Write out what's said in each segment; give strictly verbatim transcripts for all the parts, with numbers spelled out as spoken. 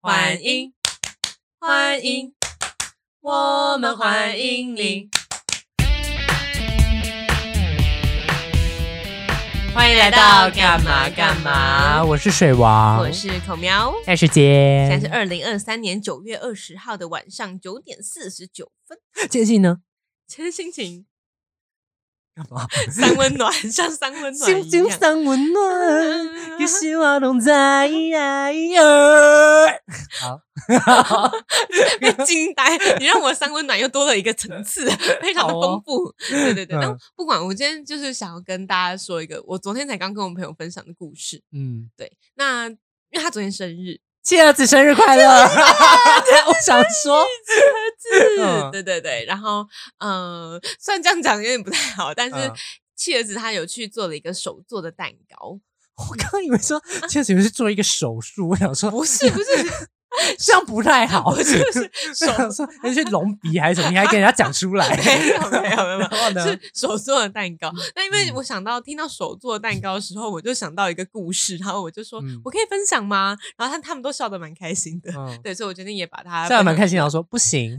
欢迎，欢迎，我们欢迎你。欢迎来到干嘛干嘛？ 我是水王， 我是孔喵。 戴时间， 现在是二零二三年九月二十号的晚上九点四十九分。 最近呢？ 今天心情干嘛？ 三温暖，像三温暖一样。 心情三温暖，有希望拢在。好， 惊呆！你让我三温暖又多了一个层次，非常的丰富。哦、对对对，但、嗯、不管，我今天就是想要跟大家说一个，我昨天才刚跟我朋友分享的故事。嗯，对，那因为他昨天生日。 妻儿子生日快乐！我想说， 妻儿子、嗯，对对对，然后呃，虽然这样讲有点不太好，但是妻儿子他有去做了一个手做的蛋糕。 我刚刚以为说妻儿子是做一个手术，我想说不是不是。 这样不太好， 我就是手说那是隆鼻还是什么？你还跟人家讲出来？ 没有没有没有，是手做的蛋糕。那因为我想到听到手做的蛋糕的时候，我就想到一个故事，然后我就说、嗯、我可以分享吗？然后他他们都笑得蛮开心的，嗯、对，所以我决定也把它笑得蛮开心。然后说不行，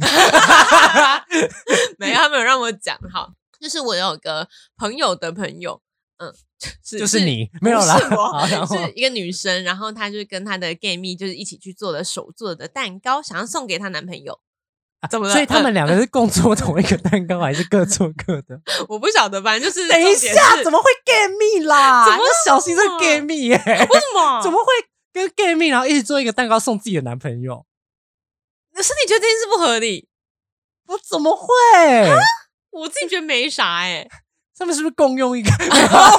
没有，他们有让我讲好，就是我有个朋友的朋友。嗯， 是就是你没有啦， 是我是一个女生，然后她就是跟她的 gay 蜜就是一起去做了手做的蛋糕，想要送给她男朋友。怎么了？ 所以他们两个是共做同一个蛋糕，还是各做各的？ 我不晓得，反正就是等一下，怎么会 gay 蜜啦？ 怎么小心这 gay 蜜耶？为什么？ 怎么会跟 gay 蜜然后一起做一个蛋糕送自己的男朋友？ 可是你觉得这件事不合理？ 我怎么会？ 我自己觉得没啥哎、欸。 他们是不是共用一个？不是、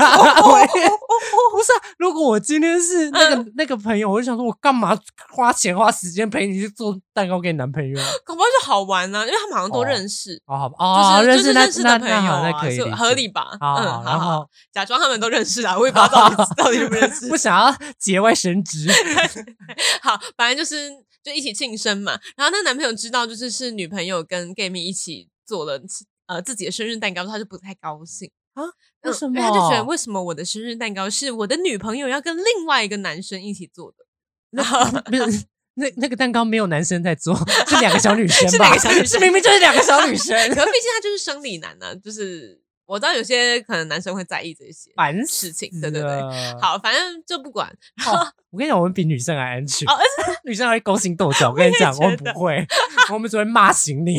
啊，如果我今天是那个、嗯、那个朋友，我就想说，我干嘛花钱花时间陪你去做蛋糕给你男朋友？ 搞不好就好玩呢、啊，因为他们好像都认识。 哦，好吧，哦， 就是、 认识就是认识的朋友啊， 那可以合理吧？ 好嗯， 然后好假装他们都认识啊，我也不知道到底到底认不认识， 不想要节外生枝。 好，反正就是就一起庆生嘛。然后那男朋友知道就是是女朋友跟 gay 蜜一起做了呃自己的生日蛋糕，他就不太高兴。 啊？为什么？ 嗯、他就觉得为什么我的生日蛋糕是我的女朋友要跟另外一个男生一起做的？ 那那那个蛋糕没有男生在做，是两个小女生吧？ 是两个小女生， 是明明就是两个小女生。 可是毕竟他就是生理男呢、啊，就是我知道有些可能男生会在意这些事情，对对对。好，反正就不管。 哦、我跟你讲，我们比女生还安全，哦、女生还会勾心斗角。我跟你讲，我们不会，我们只会骂醒你。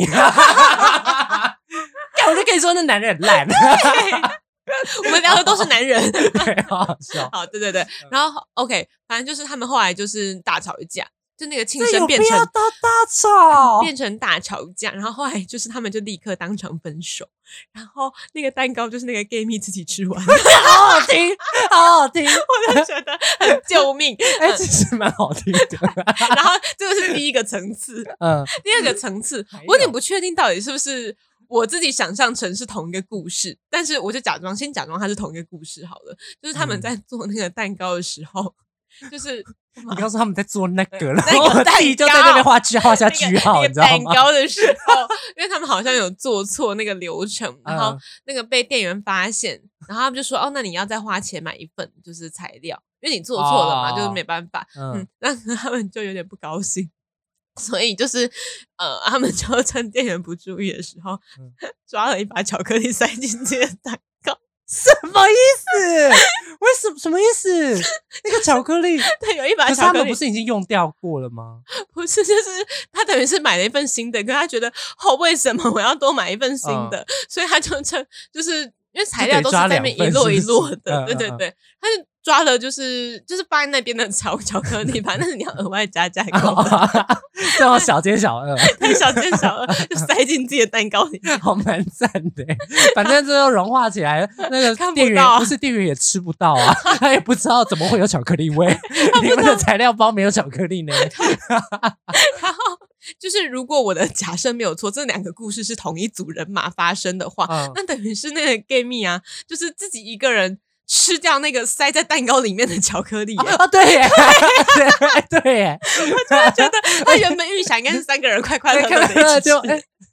我就跟你说，那男人很烂。 我们聊的都是男人， 对，好好笑。 好，对对对。然后 OK， 反正就是他们后来就是大吵一架，就那个庆生变成到大吵， 变成大吵架。然后后来就是他们就立刻当场分手。然后那个蛋糕就是那个 gay 蜜自己吃完， 好好听，好好听， 我就觉得很救命。 哎、欸，其实蛮好听的。 然后这个是第一个层次，嗯，第二个层次，我有点不确定到底是不是。我自己想象成是同一个故事，但是我就假装先假装它是同一个故事好了。就是他们在做那个蛋糕的时候，嗯、就是你刚说他们在做那个了， 那个蛋糕自己就在那边画句画下句号， 那个、 你知道吗？ 蛋糕的时候，因为他们好像有做错那个流程，然后那个被店员发现，然后他们就说：“哦，那你要再花钱买一份，就是材料，因为你做错了嘛，哦、就是没办法。嗯”嗯，那他们就有点不高兴。所以就是，呃，他们就趁店员不注意的时候，嗯、抓了一把巧克力塞进自己的蛋糕。 什么意思？为什么？什么意思？那个巧克力， 对，有一把巧克力，可是他们不是已经用掉过了吗？ 不是，就是他等于是买了一份新的，可是他觉得，哦，为什么我要多买一份新的？嗯、所以他就趁就是。因为材料都是在那边一摞一摞的，对对对，他就抓了就是就是放在那边的巧巧克力吧，但是你要额外加价购， 这种小奸小恶， 对，小奸小恶就塞进自己的蛋糕里， 好蛮赞的。反正最后融化起来，那个店员不是店员也吃不到啊，他也不知道怎么会有巧克力味，你们的材料包没有巧克力呢。 然后就是如果我的假设没有错，这两个故事是同一组人马发生的话，嗯、那等于是那个 gay 蜜啊，就是自己一个人吃掉那个塞在蛋糕里面的巧克力耶。 啊，啊对耶，对对耶， 我就觉得他原本预想应该是三个人快快乐乐的一起吃， 欸、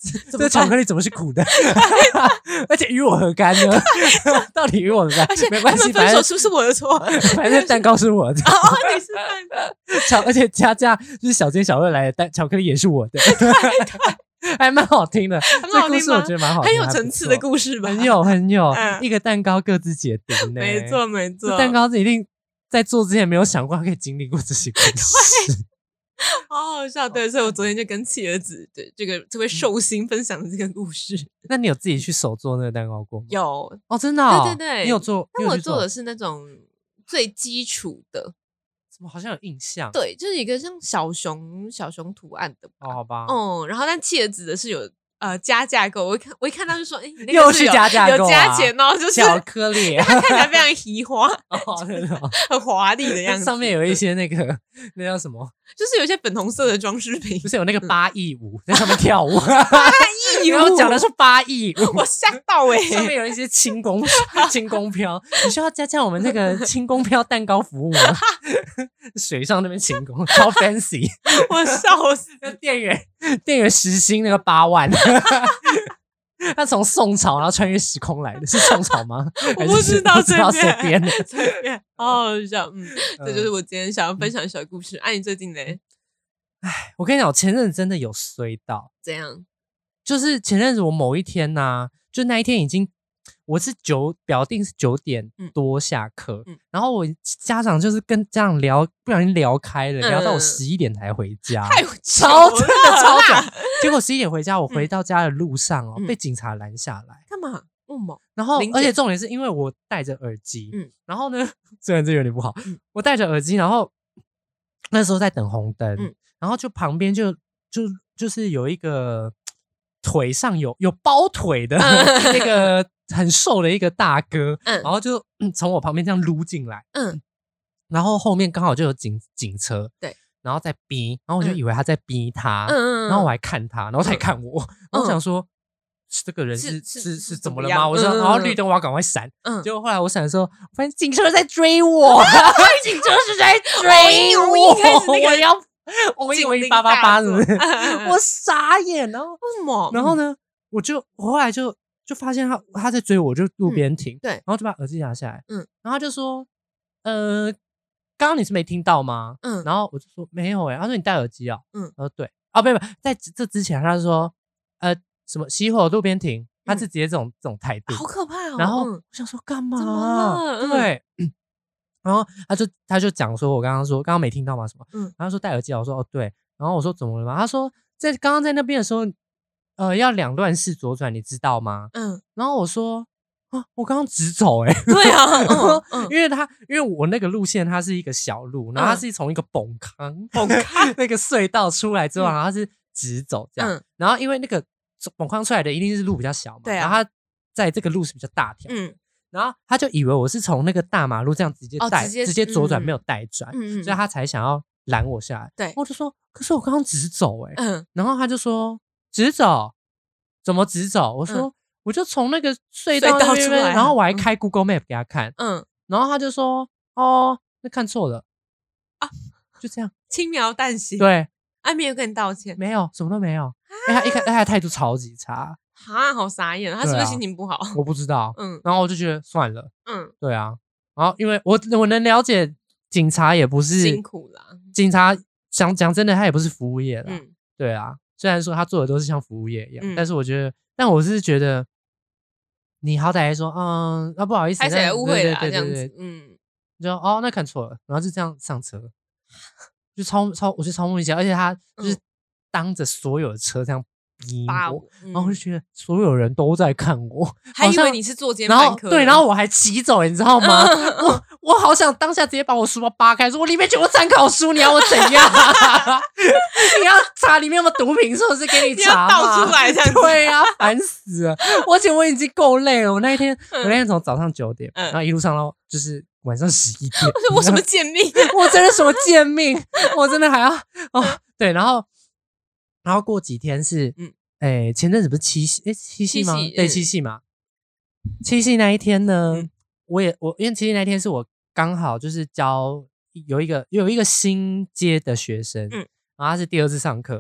这巧克力怎么是苦的？而且与我何干呢？到底与我何干？ 而且没关系， 分手是不是我的错？ 反正蛋糕是我的。 哦，你是蛋糕。 巧，而且加价就是小奸小恶来的，但巧克力也是我的。还蛮好听的， 很好听吗？ 这故事我觉得蛮好听， 很有层次的故事吧？ 很有很有、 嗯， 一个蛋糕各自解读呢。 没错没错， 蛋糕一定在做之前没有想过他可以经历过这些故事。 好好笑。对，所以我昨天就跟妻儿子对这个这位寿星分享这个故事。 那你有自己去手做那个蛋糕过吗？ 有哦，真的、哦？ 对对对， 你有做？ 但我做的是那种最基础的。 怎么好像有印象？ 对，就是一个像小熊小熊图案的吧。 哦，好吧。 嗯，然后但妻儿子的是有呃加价购，我一看我一看到就说，哎、欸， 那又是加价购、啊， 有加钱哦，就是巧克力， 它看起来非常奇花， 哦，真的、哦， 很华丽的样子。 上面有一些那个那叫什么？ 就是有一些粉红色的装饰品， 不是有那个八亿舞在上面跳舞？ 八亿舞， 我讲的是八亿舞， 我吓到哎、欸！ 上面有一些轻功轻功飘，你需要加加我们那个轻功飘蛋糕服务吗？水上那边轻功超 fancy， 我笑死！ 店员店员时薪那个八万。他从宋朝然后穿越时空来的，是宋朝吗？ 我不知道， 随便随便随便，好好笑。嗯，这就是我今天想要分享的小故事。哎、嗯，啊、你最近呢？ 哎，我跟你讲，我前阵子真的有衰到， 怎样？ 就是前阵子我某一天呢、啊，就那一天已经我是九表定是九点多下课、嗯，然后我家长就是跟家长聊，不小心聊开了，嗯、聊到我十一点才回家， 太超真的超短。结果十一点回家，我回到家的路上哦，嗯、被警察拦下来， 干嘛？为什么？ 然后而且重点是因为我戴着耳机，嗯，然后呢，虽然这有点不好，嗯、我戴着耳机，然后那时候在等红灯，嗯、然后就旁边就就就是有一个。腿上有有包腿的、嗯、那个很瘦的一个大哥，嗯、然后就从、嗯、我旁边这样撸进来，嗯，然后后面刚好就有警警车，对，然后在逼，然后我就以为他在逼他，嗯、然后我还看他，然后他也看我，嗯、然后我想说、嗯、这个人是是 是, 是怎么了吗？我说，然后绿灯我要赶快闪，嗯，结果后来我闪的时候，我发现警车在追我，警车是在追我，我要。我以为八八八是不是？我傻眼，然后为什么？ 然后呢，我就我后来就就发现他他在追我，就路边停、嗯， 对， 然后就把耳机拿下来，嗯，然后他就说，呃，刚刚你是没听到吗？嗯，然后我就说没有哎、欸，他说你戴耳机啊、喔，嗯，他说对，啊，不不，在这之前他就说，呃，什么熄火路边停，他是直接这种、嗯、这种态度， 好可怕哦。 然后我想说干嘛？ 怎么了？ 对。嗯然后他就他就讲说，我刚刚说刚刚没听到吗？什么？嗯，然后说戴耳机，我说哦对，然后我说怎么了吗？他说在刚刚在那边的时候，呃，要两段式左转，你知道吗？嗯，然后我说啊，我刚刚直走哎、欸， 对啊，嗯嗯、因为他因为我那个路线它是一个小路，然后它是从一个崩坑崩坑那个隧道出来之后，然后它是直走这样，嗯、然后因为那个崩坑出来的一定是路比较小嘛，对啊，然后它在这个路是比较大条，嗯。然后他就以为我是从那个大马路这样直接带、哦、直接直接左转、嗯、没有带转、嗯，所以他才想要拦我下来。对，我就说，可是我刚刚直走哎、欸嗯，然后他就说直走，怎么直走？我说、嗯、我就从那个隧道那边，然後我還開 Google Map 給他看，嗯，然後他就說哦，那看錯了啊， 就這樣， 輕描淡寫， 對， 啊，沒有跟你道歉， 沒有，什麼都沒有，哎、啊，他一開，他的態度超級差。 哈，好傻眼，他是不是心情不好？ 啊、我不知道，嗯，然後我就覺得算了，嗯，對啊，然後因為我我能了解警察也不是辛苦啦， 警察講講真的，他也不是服務業啦，嗯，對啊，雖然說他做的都是像服務業一樣，嗯、但是我覺得，但我是覺得，你好歹還說，嗯，啊不好意思， 還是誤會了， 對對對對這樣子，嗯， 就哦，那看錯了，然後就這樣上車，就超超，我覺得超莫名其妙，而且他就是當着所有的車這樣。我、嗯，然後我就覺得所有人都在看我， 還以為你是作奸犯科， 對，然後我還騎走，你知道嗎？嗯、我我好想當下直接把我書包扒開，說我裡面全部參考書，你要我怎樣？你要查裡面有沒有毒品，是不是給你查？ 你要倒出來這樣子， 對啊，煩死了！而且我已經夠累了，我那一天，嗯、我那天從早上九點、嗯，然後一路上到就是晚上十一點， 我什麼賤命？ 我真的什麼賤命？我真的還要哦，對，然後。然後過幾天是，嗯，誒，前陣子不是七夕，誒，七夕嗎？對，七夕嘛。七夕那一天呢，嗯、我也我因為七夕那一天是我剛好就是教有一個有一個新接的學生，嗯，然後他是第二次上課，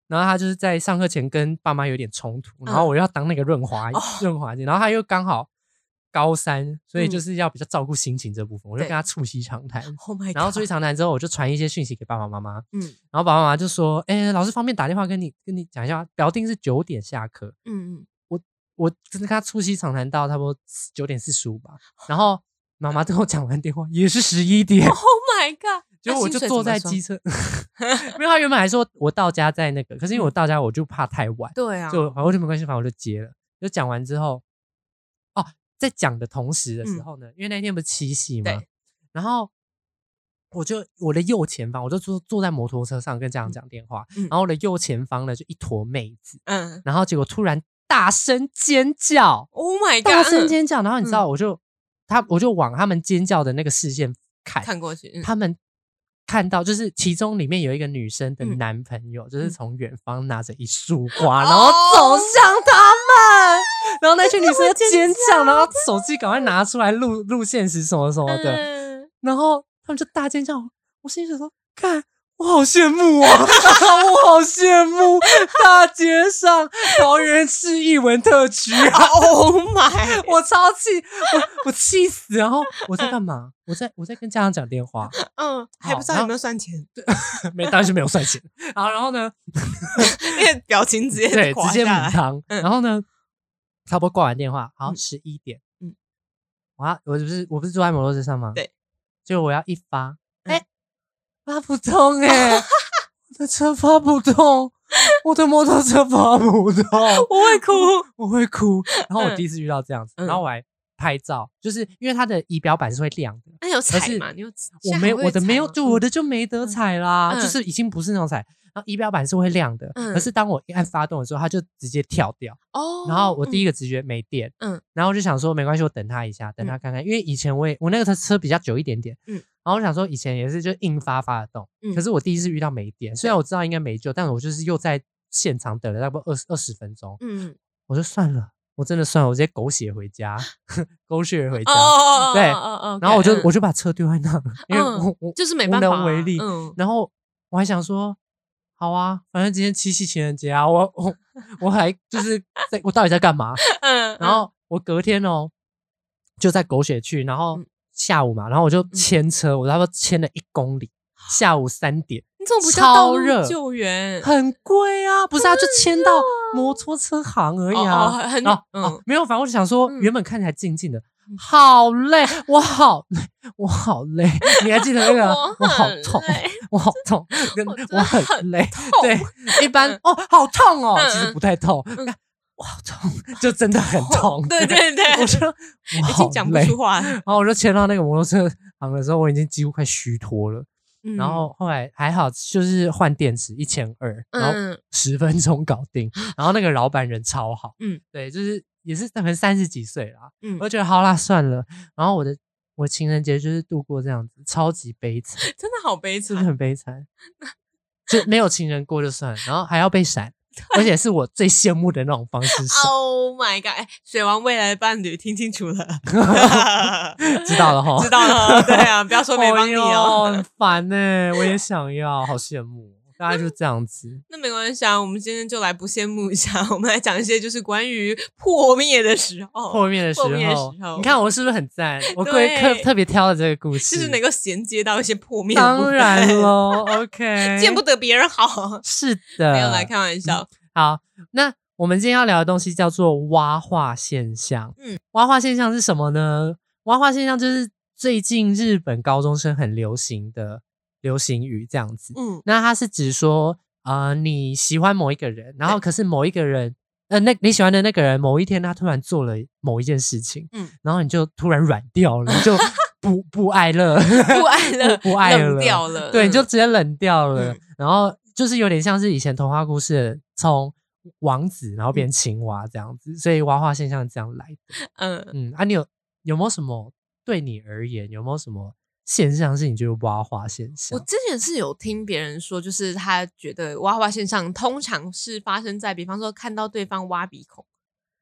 然后他就是在上课前跟爸妈有点冲突，然后我要当那个润滑润滑剂，然后他又刚好高三，所以就是要比较照顾心情这部分，我就跟他促膝长谈。 Oh my god！ 然后促膝长谈之后，我就传一些讯息给爸爸妈妈， 嗯， 然后爸爸妈妈就说：“哎、欸，老师方便打电话跟你跟你讲一下，表定是九点下课。”嗯嗯，我我真的跟他促膝长谈到差不多九点四十五吧，然后妈妈跟我讲完电话也是十一点。 Oh my god！ 结果我就坐在机车，因为他原本还说我到家在那个，可是因为我到家我就怕太晚， 对啊， 就我就没关系，反正我就接了。就讲完之后，哦，在讲的同时的时候呢，嗯、因为那天不是七夕嘛，然后我就我的右前方，我就坐坐在摩托车上跟家长讲电话，嗯、然后我的右前方呢就一坨妹子，嗯，然后结果突然大声尖叫 ，Oh my god， 大声尖叫，然后你知道我就、嗯、他我就往他们尖叫的那个视线看看过去，嗯、 他们。看到就是其中里面有一个女生的男朋友，嗯、就是从远方拿着一束花，嗯、然后走向他们，哦、然后那群女生尖叫，然后手机赶快拿出来录录现实什么什么的，嗯、然后他们就大尖叫，我心里想说，看我好羡慕啊，我好羡慕大街上桃园市艺文特区 ，Oh my， 我超气，我我气死，然后我在干嘛？我在我在跟家长讲电话， 嗯，还不知道有没有算钱， 对，没当然是没有算钱。好，然后呢， 因为表情直接对直接母汤， 嗯、 然后呢，差不多挂完电话，好十一点，嗯，我要我不是我不是坐在摩托车上吗？ 对， 就我要一发，哎、欸，发不动哎、欸，我的车发不动。我的摩托车发不动， 我会哭， 我会哭。然后我第一次遇到这样子，嗯、然后我还拍照，就是因为它的仪表板是会亮的。 那有彩吗？你有？ 我没我的没有，就我的就没得彩啦，嗯、就是已经不是那种彩。然后仪表板是会亮的，嗯、可是当我一按发动的时候，它就直接跳掉。哦。然后我第一个直觉没电，嗯，然后我就想说没关系，我等它一下，等它看看，嗯、因为以前我也我那个车比较久一点点，嗯。然后我想说，以前也是就硬发发的动，嗯、可是我第一次遇到没电，虽然我知道应该没救，但我就是又在现场等了差不多二十二十分钟，嗯，我就算了，我真的算了，我直接狗血回家，狗血回家， 哦、 对， 哦哦、 然后我就、嗯、我就把车丢在那，因为我、嗯、我就是没办法、啊、 无能为力，嗯，然后我还想说，好啊，反正今天七夕情人节啊，我我我还就是在我到底在干嘛？嗯，然后我隔天哦就在狗血去，然后。嗯下午嘛，然后我就牵车，嗯、我差不多牵了一公里。下午三点， 你怎么不叫道路救援？ 很贵啊，不是啊，就牵到摩托车行而已啊。 哦、很哦、嗯哦，没有，反正我就想说，嗯、原本看起来静静的，好累，我好累，我好累。你还记得那个？我, 我好痛，我好痛，跟我, 我很累。对，一般哦，好痛哦，嗯、其实不太痛。嗯我好痛，就真的很痛。 对对对， 我说我好累，已经讲不出话。 然后我就牵到那个摩托车行的时候，我已经几乎快虚脱了。嗯、然后后来还好，就是换电池一千二，然后十分钟搞定。嗯、然后那个老板人超好，嗯，对，就是也是可能三十几岁啦。嗯，我就觉得好啦，算了。然后我的我情人节就是度过这样子，超级悲惨， 真的好悲惨， 真的很悲惨。就没有情人过就算了，然后还要被闪。而且是我最羡慕的那种方式。 Oh my god！ 水王未来的伴侣听清楚了， 知道了齁， 知道了。对啊，不要说没帮你哦， 很烦欸，我也想要，好羡慕。大概就这样子。 那没关系啊，我们今天就来不羡慕一下，我们来讲一些就是关于破灭的时候。 破灭的时候，的时候你看我是不是很赞？我故意特特别挑了这个故事， 就是能够衔接到一些破灭的部分。 当然咯 OK， 见不得别人好。 是的， 没有来开玩笑。 嗯、好，那我们今天要聊的东西叫做蛙化现象。嗯，蛙化现象是什么呢？蛙化现象就是最近日本高中生很流行的流行语这样子。嗯，那它是指说呃你喜欢某一个人，然后可是某一个人呃那你喜欢的那个人某一天他突然做了某一件事情，嗯，然后你就突然软掉了，你就不不爱了不爱了不, 不爱了冷掉了， 对，你就直接冷掉了。嗯、然后就是有点像是以前童话故事从王子然后变青蛙这样子，所以蛙化现象这样来的。嗯嗯，啊你有有没有什么对你而言有没有什么现象是你觉得蛙化现象？ 我之前是有听别人说，就是他觉得蛙化现象通常是发生在比方说看到对方挖鼻孔。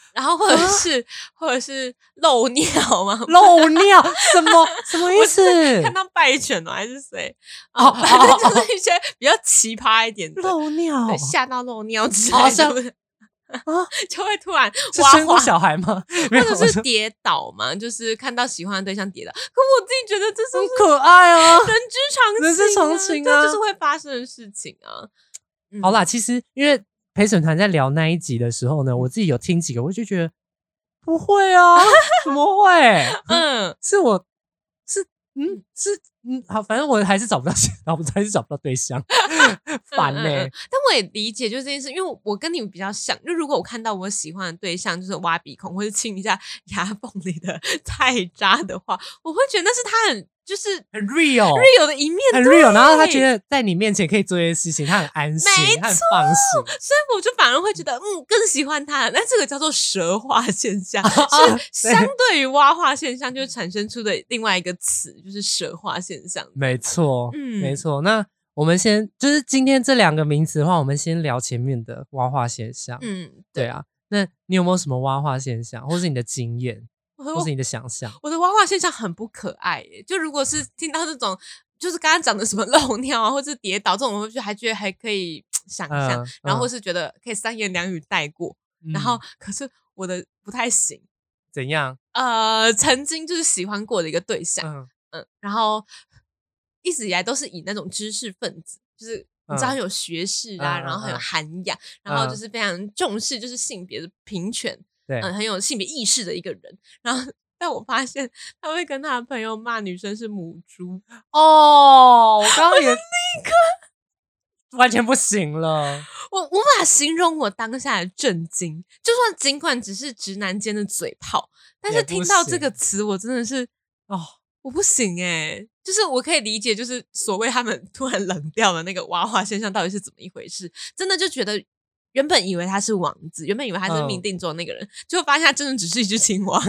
然后或者是、啊、或者是漏尿吗？ 漏尿什么什么意思？ 看到拜犬哦还是谁？哦，反正就是一些比较奇葩一点的漏尿， 吓到漏尿之类的。啊，就会突然是生过小孩吗？ 或者是跌倒嘛，就是看到喜欢的对象跌倒。可我自己觉得这是很可爱啊， 人之常情、啊， 人之常情啊， 这就是会发生的事情啊。 嗯、好啦，其实因为陪审团在聊那一集的时候呢，我自己有听几个，我就觉得不会啊，怎么会？嗯，是我是嗯是。嗯，好，反正我还是找不到，找不还是找不到对象，烦嘞、欸嗯嗯。 但我也理解，就是这件事，因为我跟你们比较像，就如果我看到我喜欢的对象就是挖鼻孔或者亲一下牙缝里的菜渣的话，我会觉得那是他很就是很 real real 的一面， 很 real。然后他觉得在你面前可以做这些事情，他很安心，他很放心， 所以我就反而会觉得嗯更喜欢他。那这个叫做蛇化现象，是相对于蛙化现象就产生出的另外一个词，就是蛇化现象。 没错，嗯，没错。那我们先就是今天这两个名词的话，我们先聊前面的蛙化现象。嗯，对啊。那你有没有什么蛙化现象，或是你的经验，或是你的想象？ 我的蛙化现象很不可爱耶。就如果是听到这种，就是刚刚讲的什么漏尿啊，或是跌倒这种，我就还觉得还可以想象，嗯、然后或是觉得可以三言两语带过。嗯、然后可是我的不太行。 怎样？ 呃，曾经就是喜欢过的一个对象，嗯，嗯然后。一直以来都是以那种知识分子，就是你知道很有学识啊，嗯、然后很有涵养，嗯、然后就是非常重视就是性别的平权， 对， 嗯，很有性别意识的一个人。然后，但我发现他会跟他的朋友骂女生是母猪哦，我刚刚也立刻完全不行了， 我无法形容我当下的震惊。就算尽管只是直男间的嘴炮，但是听到这个词，我真的是哦。我不行哎、欸，就是我可以理解，就是所谓他们突然冷掉的那个蛙化现象到底是怎么一回事？真的就觉得原本以为他是王子，原本以为他是命定中的那个人，结果、嗯、发现他真的只是一只青蛙。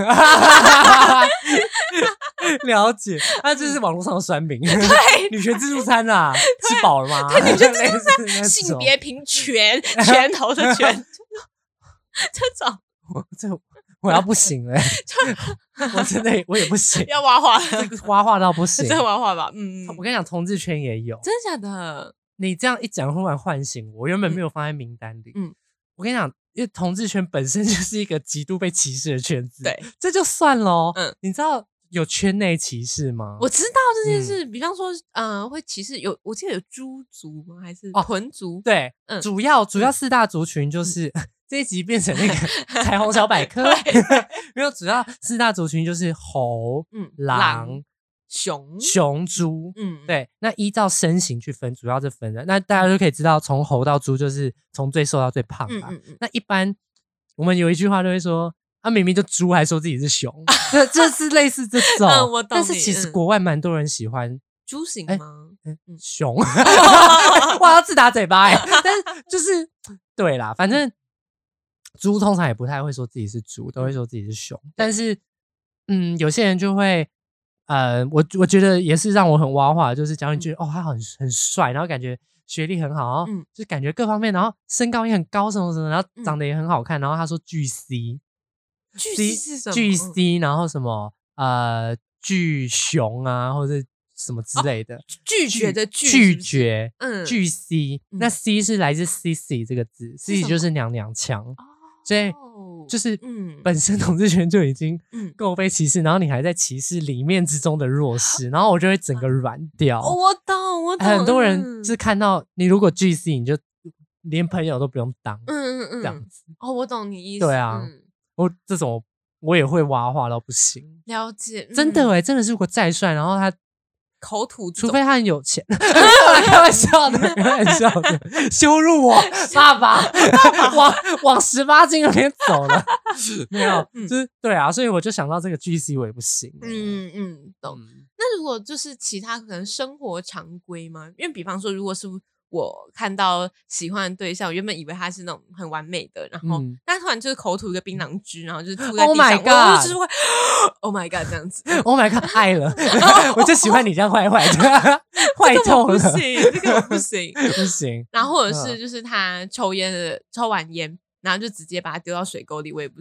了解，他这是网络上的酸民，对，女权自助餐啊，吃饱了吗？ 对，女权自助餐，性别平权，拳头的拳，这种， 我这我要不行了、欸。我真的我也不行， 要蛙化， 这个蛙化到不行， 真的蛙化吧？嗯， 我跟你讲，同志圈也有， 真的假的？ 你这样一讲，忽然唤醒我，原本没有放在名单里。嗯，我跟你讲，因为同志圈本身就是一个极度被歧视的圈子， 对， 这就算咯。嗯，你知道有圈内歧视吗？ 我知道这件事，嗯、比方说，呃，会歧视有，我记得有猪族吗？还是豚族？ 哦、对，嗯，主要主要四大族群就是。嗯这一集变成那个彩虹小百科，没有，主要四大族群就是猴、嗯、狼、狼熊、 熊、猪，嗯，对。那依照身形去分，主要是分的。那大家就可以知道，从猴到猪就是从最瘦到最胖吧。嗯嗯嗯那一般我们有一句话就会说，他、啊、明明就猪，还说自己是熊，这这是类似这种。 嗯，我懂。 但是其实国外蛮多人喜欢猪型吗？ 欸嗯、熊，我要自打嘴巴哎、欸。但是就是对啦，反正。猪通常也不太会说自己是猪，都会说自己是熊。但是，嗯，有些人就会，呃，我我觉得也是让我很蛙化，就是假如你觉得、嗯、哦他很很帅，然后感觉学历很好，然后、嗯、就感觉各方面，然后身高也很高什么什么，然后长得也很好看，然后他说巨 C， 巨 C 是什么？ 巨 C， 然后什么呃巨熊啊，或者什么之类的，哦、 拒绝的拒拒绝，嗯，巨 C，、嗯、那 C 是来自 C C 这个字 ，C C 就是娘娘腔。哦所以就是本身同志圈就已经够被歧视，然后你还在歧视里面之中的弱势，然后我就会整个软掉。 哦、我懂，我懂。 很多人是看到你如果 G C， 你就连朋友都不用当，嗯嗯嗯，这样子。 哦，我懂你意思。 对啊，嗯、我这种我也会蛙化到不行。 了解，嗯、 真的哎，真的是如果再帅，然后他。 口吐， 除非他很有钱，开玩笑的，开玩笑的，羞辱我爸爸，往往十八禁那边走了，没有，嗯、就是对啊，所以我就想到这个 G C 我也不行， 嗯嗯，懂。嗯、那如果就是其他可能生活常规吗？因为比方说，如果是我看到喜欢的对象，我原本以为他是那种很完美的，然后、嗯、但突然就是口吐一个槟榔汁，然后就是吐在地上， Oh my god， 我就是会 Oh my god 这样子 ，Oh my god 爱了，我就喜欢你这样坏坏的，坏透了， 这个不行，这个我不行， 不行。 然后或者是就是他抽烟的，抽完烟，然后就直接把它丢到水沟里，我也不行。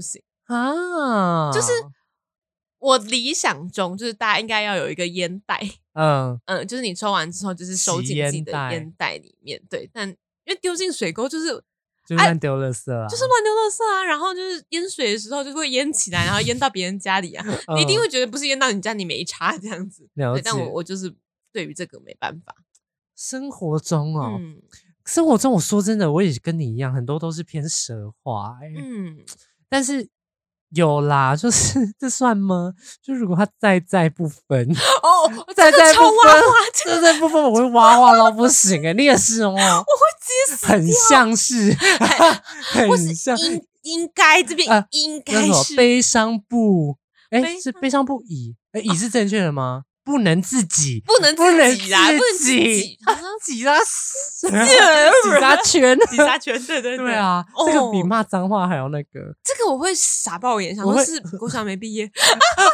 啊， 就是我理想中就是大家应该要有一个烟袋，嗯嗯，就是你抽完之后就是收进自己的烟袋里面，对，但因为丢进水沟就是就乱丢垃圾啊， 就是乱丢垃圾啊，然后就是淹水的时候就会淹起来，然后淹到别人家里啊，嗯、你一定会觉得不是淹到你家你没差这样子，对，但我我就是对于这个没办法。 生活中哦，嗯、生活中我说真的，我也跟你一样，很多都是偏蛇化、欸，嗯，但是。有啦，就是这算吗？就如果他在在不分哦， 在在不分， 在在不分，我会哇哇到不行哎、欸！你也是哦，我会接死， 很像是，很像应应该这边应该是、 呃、悲伤不哎、欸、是悲伤不已哎、欸、已是正确的吗？不能自己， 不能自己啦，不能自己， 挤他挤他圈， 挤他圈，对对对啊，哦、这个比骂脏话还要那个。 这个我会傻爆眼，想说是国小没毕业，开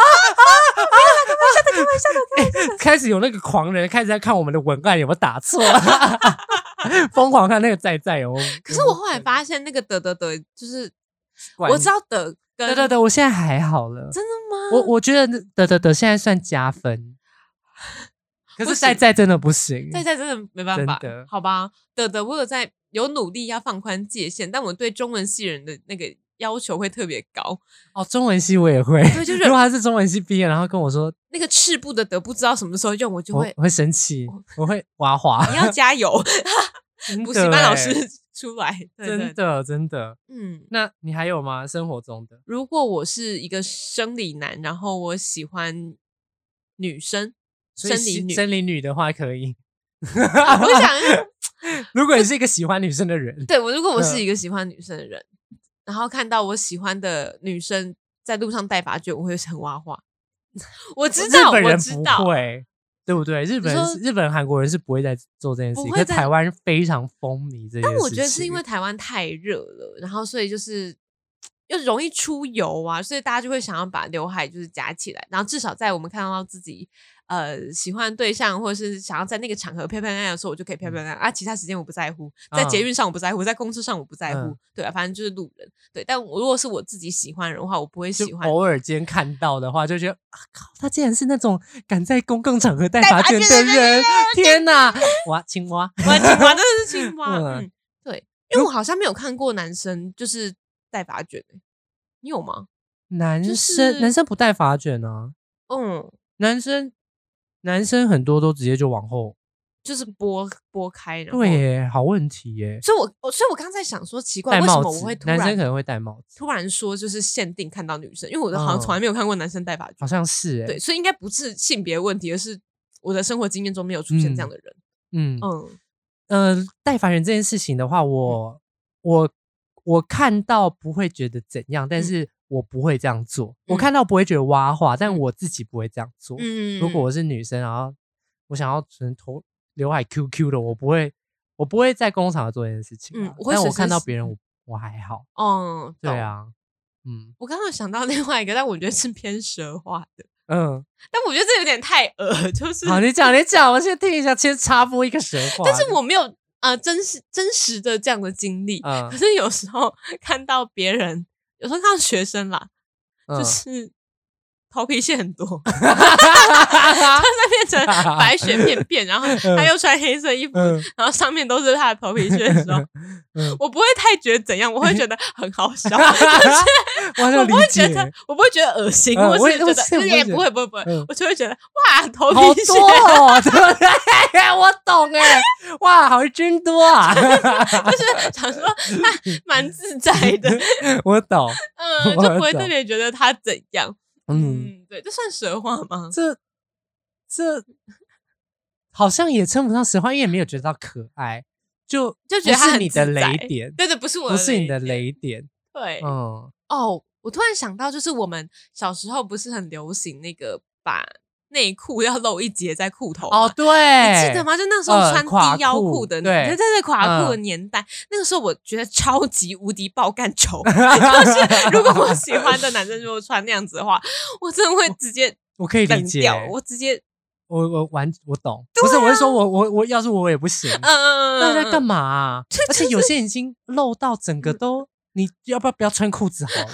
玩笑的，开玩笑的，开玩笑的。 开始有那个狂人开始在看我们的文案有没有打错，疯狂看那个在在哦。 可是我后来发现那个得得得，就是我知道得得得得，我现在还好了， 真的吗？ 我我觉得得得得现在算加分。可是在在真的不行， 在在真的没办法，好吧？的的，我有在有努力要放宽界限，但我对中文系人的那个要求会特别高哦。中文系我也会， 对，就是如果他是中文系毕业，然后跟我说那个赤部的的不知道什么时候用，我就会我会生气，我会哇哗。 你要加油，补习班老师出来，对对真的真的，嗯。那你还有吗？生活中的？ 如果我是一个生理男，然后我喜欢女生。生理女， 生理女的话可以。 我想， 如果你是一个喜欢女生的人， 对我，如果我是一个喜欢女生的人，嗯、然后看到我喜欢的女生在路上带发卷，我会很哇哇。我知道， 日本人不会，对不对？日本人、日本人、韩国人是不会在做这件事情，可是台湾非常风靡这件事情。 但我觉得是因为台湾太热了，然后所以就是又容易出油啊，所以大家就会想要把刘海就是夹起来，然后至少在我们看到自己。呃，喜欢对象或者是想要在那个场合漂漂亮亮的时候，我就可以漂漂亮亮、嗯、啊。其他时间我不在乎，在捷运上我不在乎，在公车上我不在乎，嗯、对啊，反正就是路人。对，但我如果是我自己喜欢的人的话，我不会喜欢。 偶尔间看到的话，就觉得啊靠，他竟然是那种敢在公共场合带发卷的人，天哪！哇，青蛙， 哇，青蛙真的是青蛙。嗯, 嗯，对，因为我好像没有看过男生就是带发卷、欸，你有吗？ 男生、就是、男生不带发卷啊，嗯，男生。男生很多都直接就往后， 就是拨拨开，然后对耶，好问题耶。 所以我，我所以我刚才想说，奇怪，为什么我会突然男生可能会戴帽子， 突然说就是限定看到女生，因为我好像从来没有看过男生戴发卷， 好像是耶， 对，所以应该不是性别问题，而是我的生活经验中没有出现这样的人。嗯嗯呃，戴发卷这件事情的话，我、嗯、我我看到不会觉得怎样，但是。嗯我不会这样做，嗯、我看到不会觉得蛙化，但我自己不会这样做。嗯，如果我是女生，然后我想要纯头刘海 Q Q 的，我不会，我不会在公共场合做这件事情、啊。嗯，我但我看到别人我，我还好。嗯，对啊， 嗯，我刚刚想到另外一个，但我觉得是偏蛇化的。嗯，但我觉得这有点太恶，就是好，你讲，你讲，我先听一下，先插播一个蛇化。 但是我没有呃真实真实的这样的经历，嗯、可是有时候看到别人。有时候看到学生啦，嗯、就是头皮屑很多，他在变成白雪片片，然后他又穿黑色衣服，嗯、然后上面都是他的头皮屑的时候，嗯、我不会太觉得怎样，我会觉得很好笑，就是我不会觉得，我不会觉得恶心，嗯、我是觉得也不会不会不会，嗯、我就会觉得哇，头皮屑好多哦，对不对？我懂哎，哇，好真多啊， 就是想说他蛮自在的， 我懂， 嗯，就不会特别觉得他怎样。嗯，对，这算蛇化吗？ 这这好像也称不上蛇化，因为也没有觉得到可爱，就就觉得他是你的雷点， 对对，不是我的， 不是你的雷点， 对，嗯，哦，我突然想到，就是我们小时候不是很流行那个把内裤要露一截在裤头哦，对， 你记得吗？就那时候穿低腰裤的，对对对，垮裤的年代，那个时候我觉得超级无敌爆干丑，就是如果我喜欢的男生如果穿那样子的话，我真的会直接我可以理解， 我直接我我完我懂，不是我是说我我我要是我也不行，嗯嗯嗯，那在干嘛？而且有些已经露到整个都，你要不要不要穿裤子好了？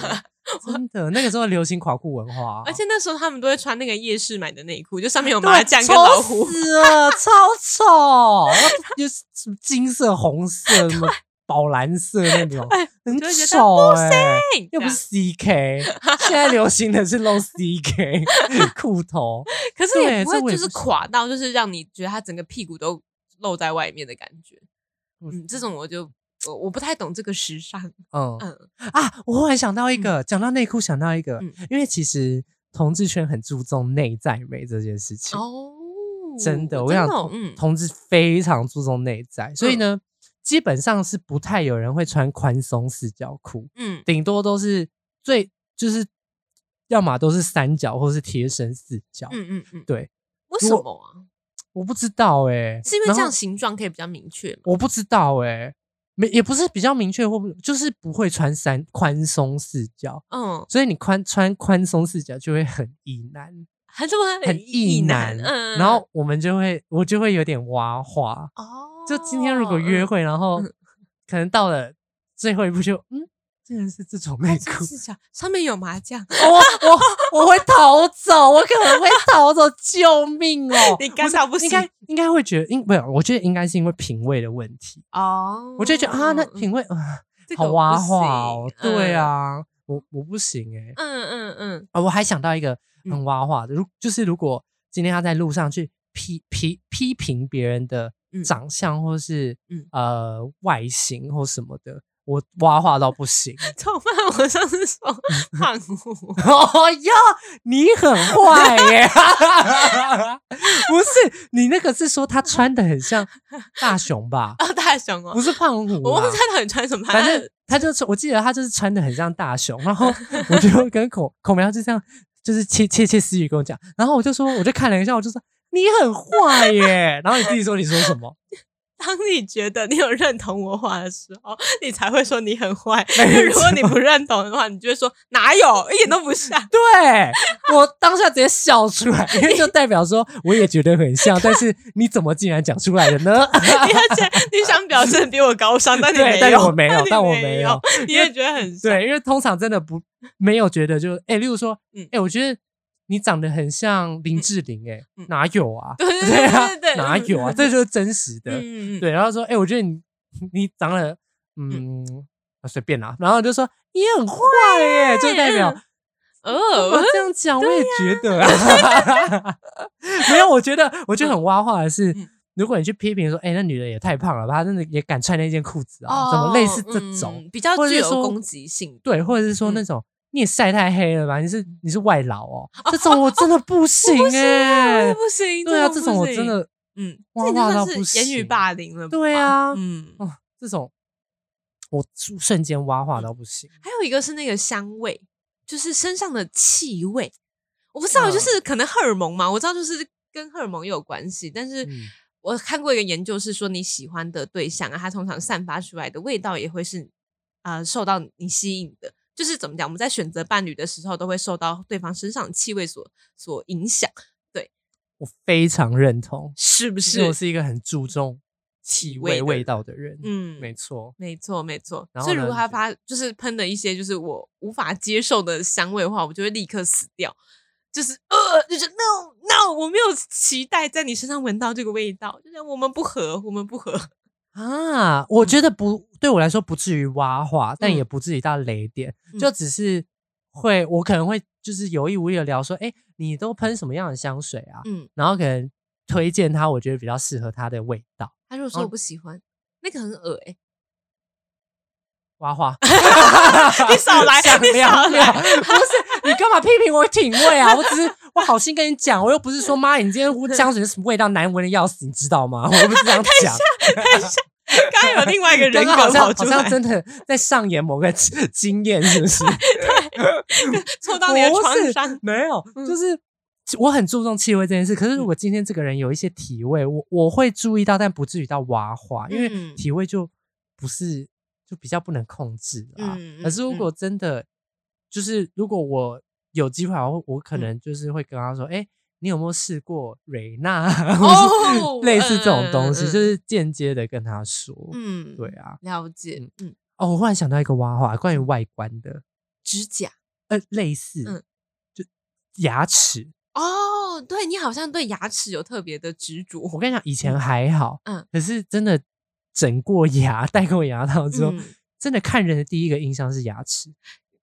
真的，那个时候流行垮裤文化、啊， 而且那时候他们都会穿那个夜市买的内裤，就上面有麻将跟老虎， 丑死了，超丑，就是什么金色、红色、什么宝蓝色那种，很丑哎、欸，又不是 C K， 现在流行的是露 C K 裤头， 可是也不会就是垮到就是让你觉得他整个屁股都露在外面的感觉，嗯，这种我就。我我不太懂这个时尚， 嗯嗯啊，我忽然想到一个，讲、嗯、到内裤想到一个、嗯，因为其实同志圈很注重内在美这件事情哦，真的，我跟你讲，嗯，同志非常注重内在，所以呢、嗯，基本上是不太有人会穿宽松四角裤，嗯，顶多都是最就是要么都是三角或是贴身四角，嗯嗯嗯，对， 为什么啊？ 我, 我不知道哎、欸， 是因为这样形状可以比较明确吗？ 我不知道哎、欸。没也不是比较明确，或不就是不会穿三宽松四角，嗯，所以你宽穿宽松四角就会很异男， 很什么很异男，嗯，然后我们就会我就会有点蛙化哦，就今天如果约会，嗯、然后、嗯、可能到了最后一步就嗯，竟然是这种内裤， 上面有麻将， 我我我会逃走，我可能会逃走，救命哦！ 你刚才不行， 应该应该会觉得，应不是，我觉得应该是因为品味的问题哦。我就觉得啊，那品味啊、呃，好蛙化哦。对啊，嗯、我我不行哎、欸。嗯嗯嗯。啊，我还想到一个很蛙化的，如、嗯、就是如果今天他在路上去批批批评别人的长相，或是、嗯、呃外形或什么的。我蛙化到不行， 怎么办？我上次说胖虎， 哦哟，你很坏耶！不是，你那个是说他穿的很像大雄吧？ 哦，大雄哦， 不是胖虎， 我忘记他到底穿什么， 反正他就我记得他就是穿的很像大雄，然后我就跟孔孔苗就这样，就是窃窃窃私语跟我讲，然后我就说，我就看了一下，我就说你很坏耶，然后你自己说你说什么？ 当你觉得你有认同我话的时候，你才会说你很坏。如果你不认同的话，你就会说哪有，一点都不像。 对，我当下直接笑出来，因为就代表说我也觉得很像，但是你怎么竟然讲出来的呢？ 而且你想表现比我高尚，但你没有， 但是我没有，但我没有， 你也觉得很像。 对，因为通常真的不没有觉得就哎、欸，例如说，哎、欸，我觉得。你长得很像林志玲哎、欸嗯，哪有啊？ 对对对对对， 哪有啊？这就是真实的。嗯、对，然后说，哎、欸，我觉得你你长得嗯随、嗯、便啦，然后就说你很坏耶、欸，就代表哦，我这样讲我也觉得啊，没有，我觉得我觉得很蛙化的是，嗯、如果你去批评说，哎、欸，那女的也太胖了吧，她真的也敢穿那件裤子啊，什、哦、么类似这种、 嗯、比较具有攻击性， 对，或者是说那种。嗯你也晒太黑了吧？你是你是外劳哦，哦这种我真的不行哎、欸， 不行， 对啊，这种我真的嗯， 蛙化到不行， 言语霸凌了吧， 对啊，嗯哦，这种我瞬间蛙化到不行。 还有一个是那个香味，就是身上的气味，我不知道，就是可能荷尔蒙嘛，我知道就是跟荷尔蒙有关系，但是我看过一个研究是说，你喜欢的对象啊，他通常散发出来的味道也会是呃受到你吸引的。就是怎么讲，我们在选择伴侣的时候，都会受到对方身上的气味所所影响。对， 我非常认同， 是不是？ 因为我是一个很注重气味味道的人。嗯，没错， 没错，没错。所以如果他发就是喷的一些就是我无法接受的香味的话，我就会立刻死掉。就是呃，就是 no no， 我没有期待在你身上闻到这个味道，就是我们不合，我们不合。 啊，我觉得不、嗯、对我来说不至于蛙化，但也不至于到雷点、嗯，就只是会我可能会就是有意无意的聊说，哎、欸，你都喷什么样的香水啊？嗯，然后可能推荐他，我觉得比较适合他的味道。 他如果说我不喜欢，那个很恶哎、欸， 蛙化， 你少来，你少来， 不是你干嘛批评我品味啊？我只是我好心跟你讲，我又不是说妈，你今天香水是什么味道难闻的要死，你知道吗？我不是这样讲。 等一下，刚刚有另外一个人格跑出来， 好像好像真的在上演某个经验，是不是？ 对，戳到你的创伤。 没有，就是我很注重气味这件事。可是如果今天这个人有一些体味，我我会注意到，但不至于到蛙化，因为体味就不是就比较不能控制啦。可是如果真的就是如果我有机会，我我可能就是会跟他说，哎、欸。你有没有试过蕊娜，或是类似这种东西？嗯、就是间接的跟他说，嗯，对啊， 了解，嗯， 哦，我忽然想到一个蛙化，关于外观的指甲， 呃，类似，嗯，就牙齿。 哦，对，你好像对牙齿有特别的执着。 我跟你讲，以前还好，嗯，可是真的整过牙、戴过牙套之后，嗯，真的看人的第一个印象是牙齿。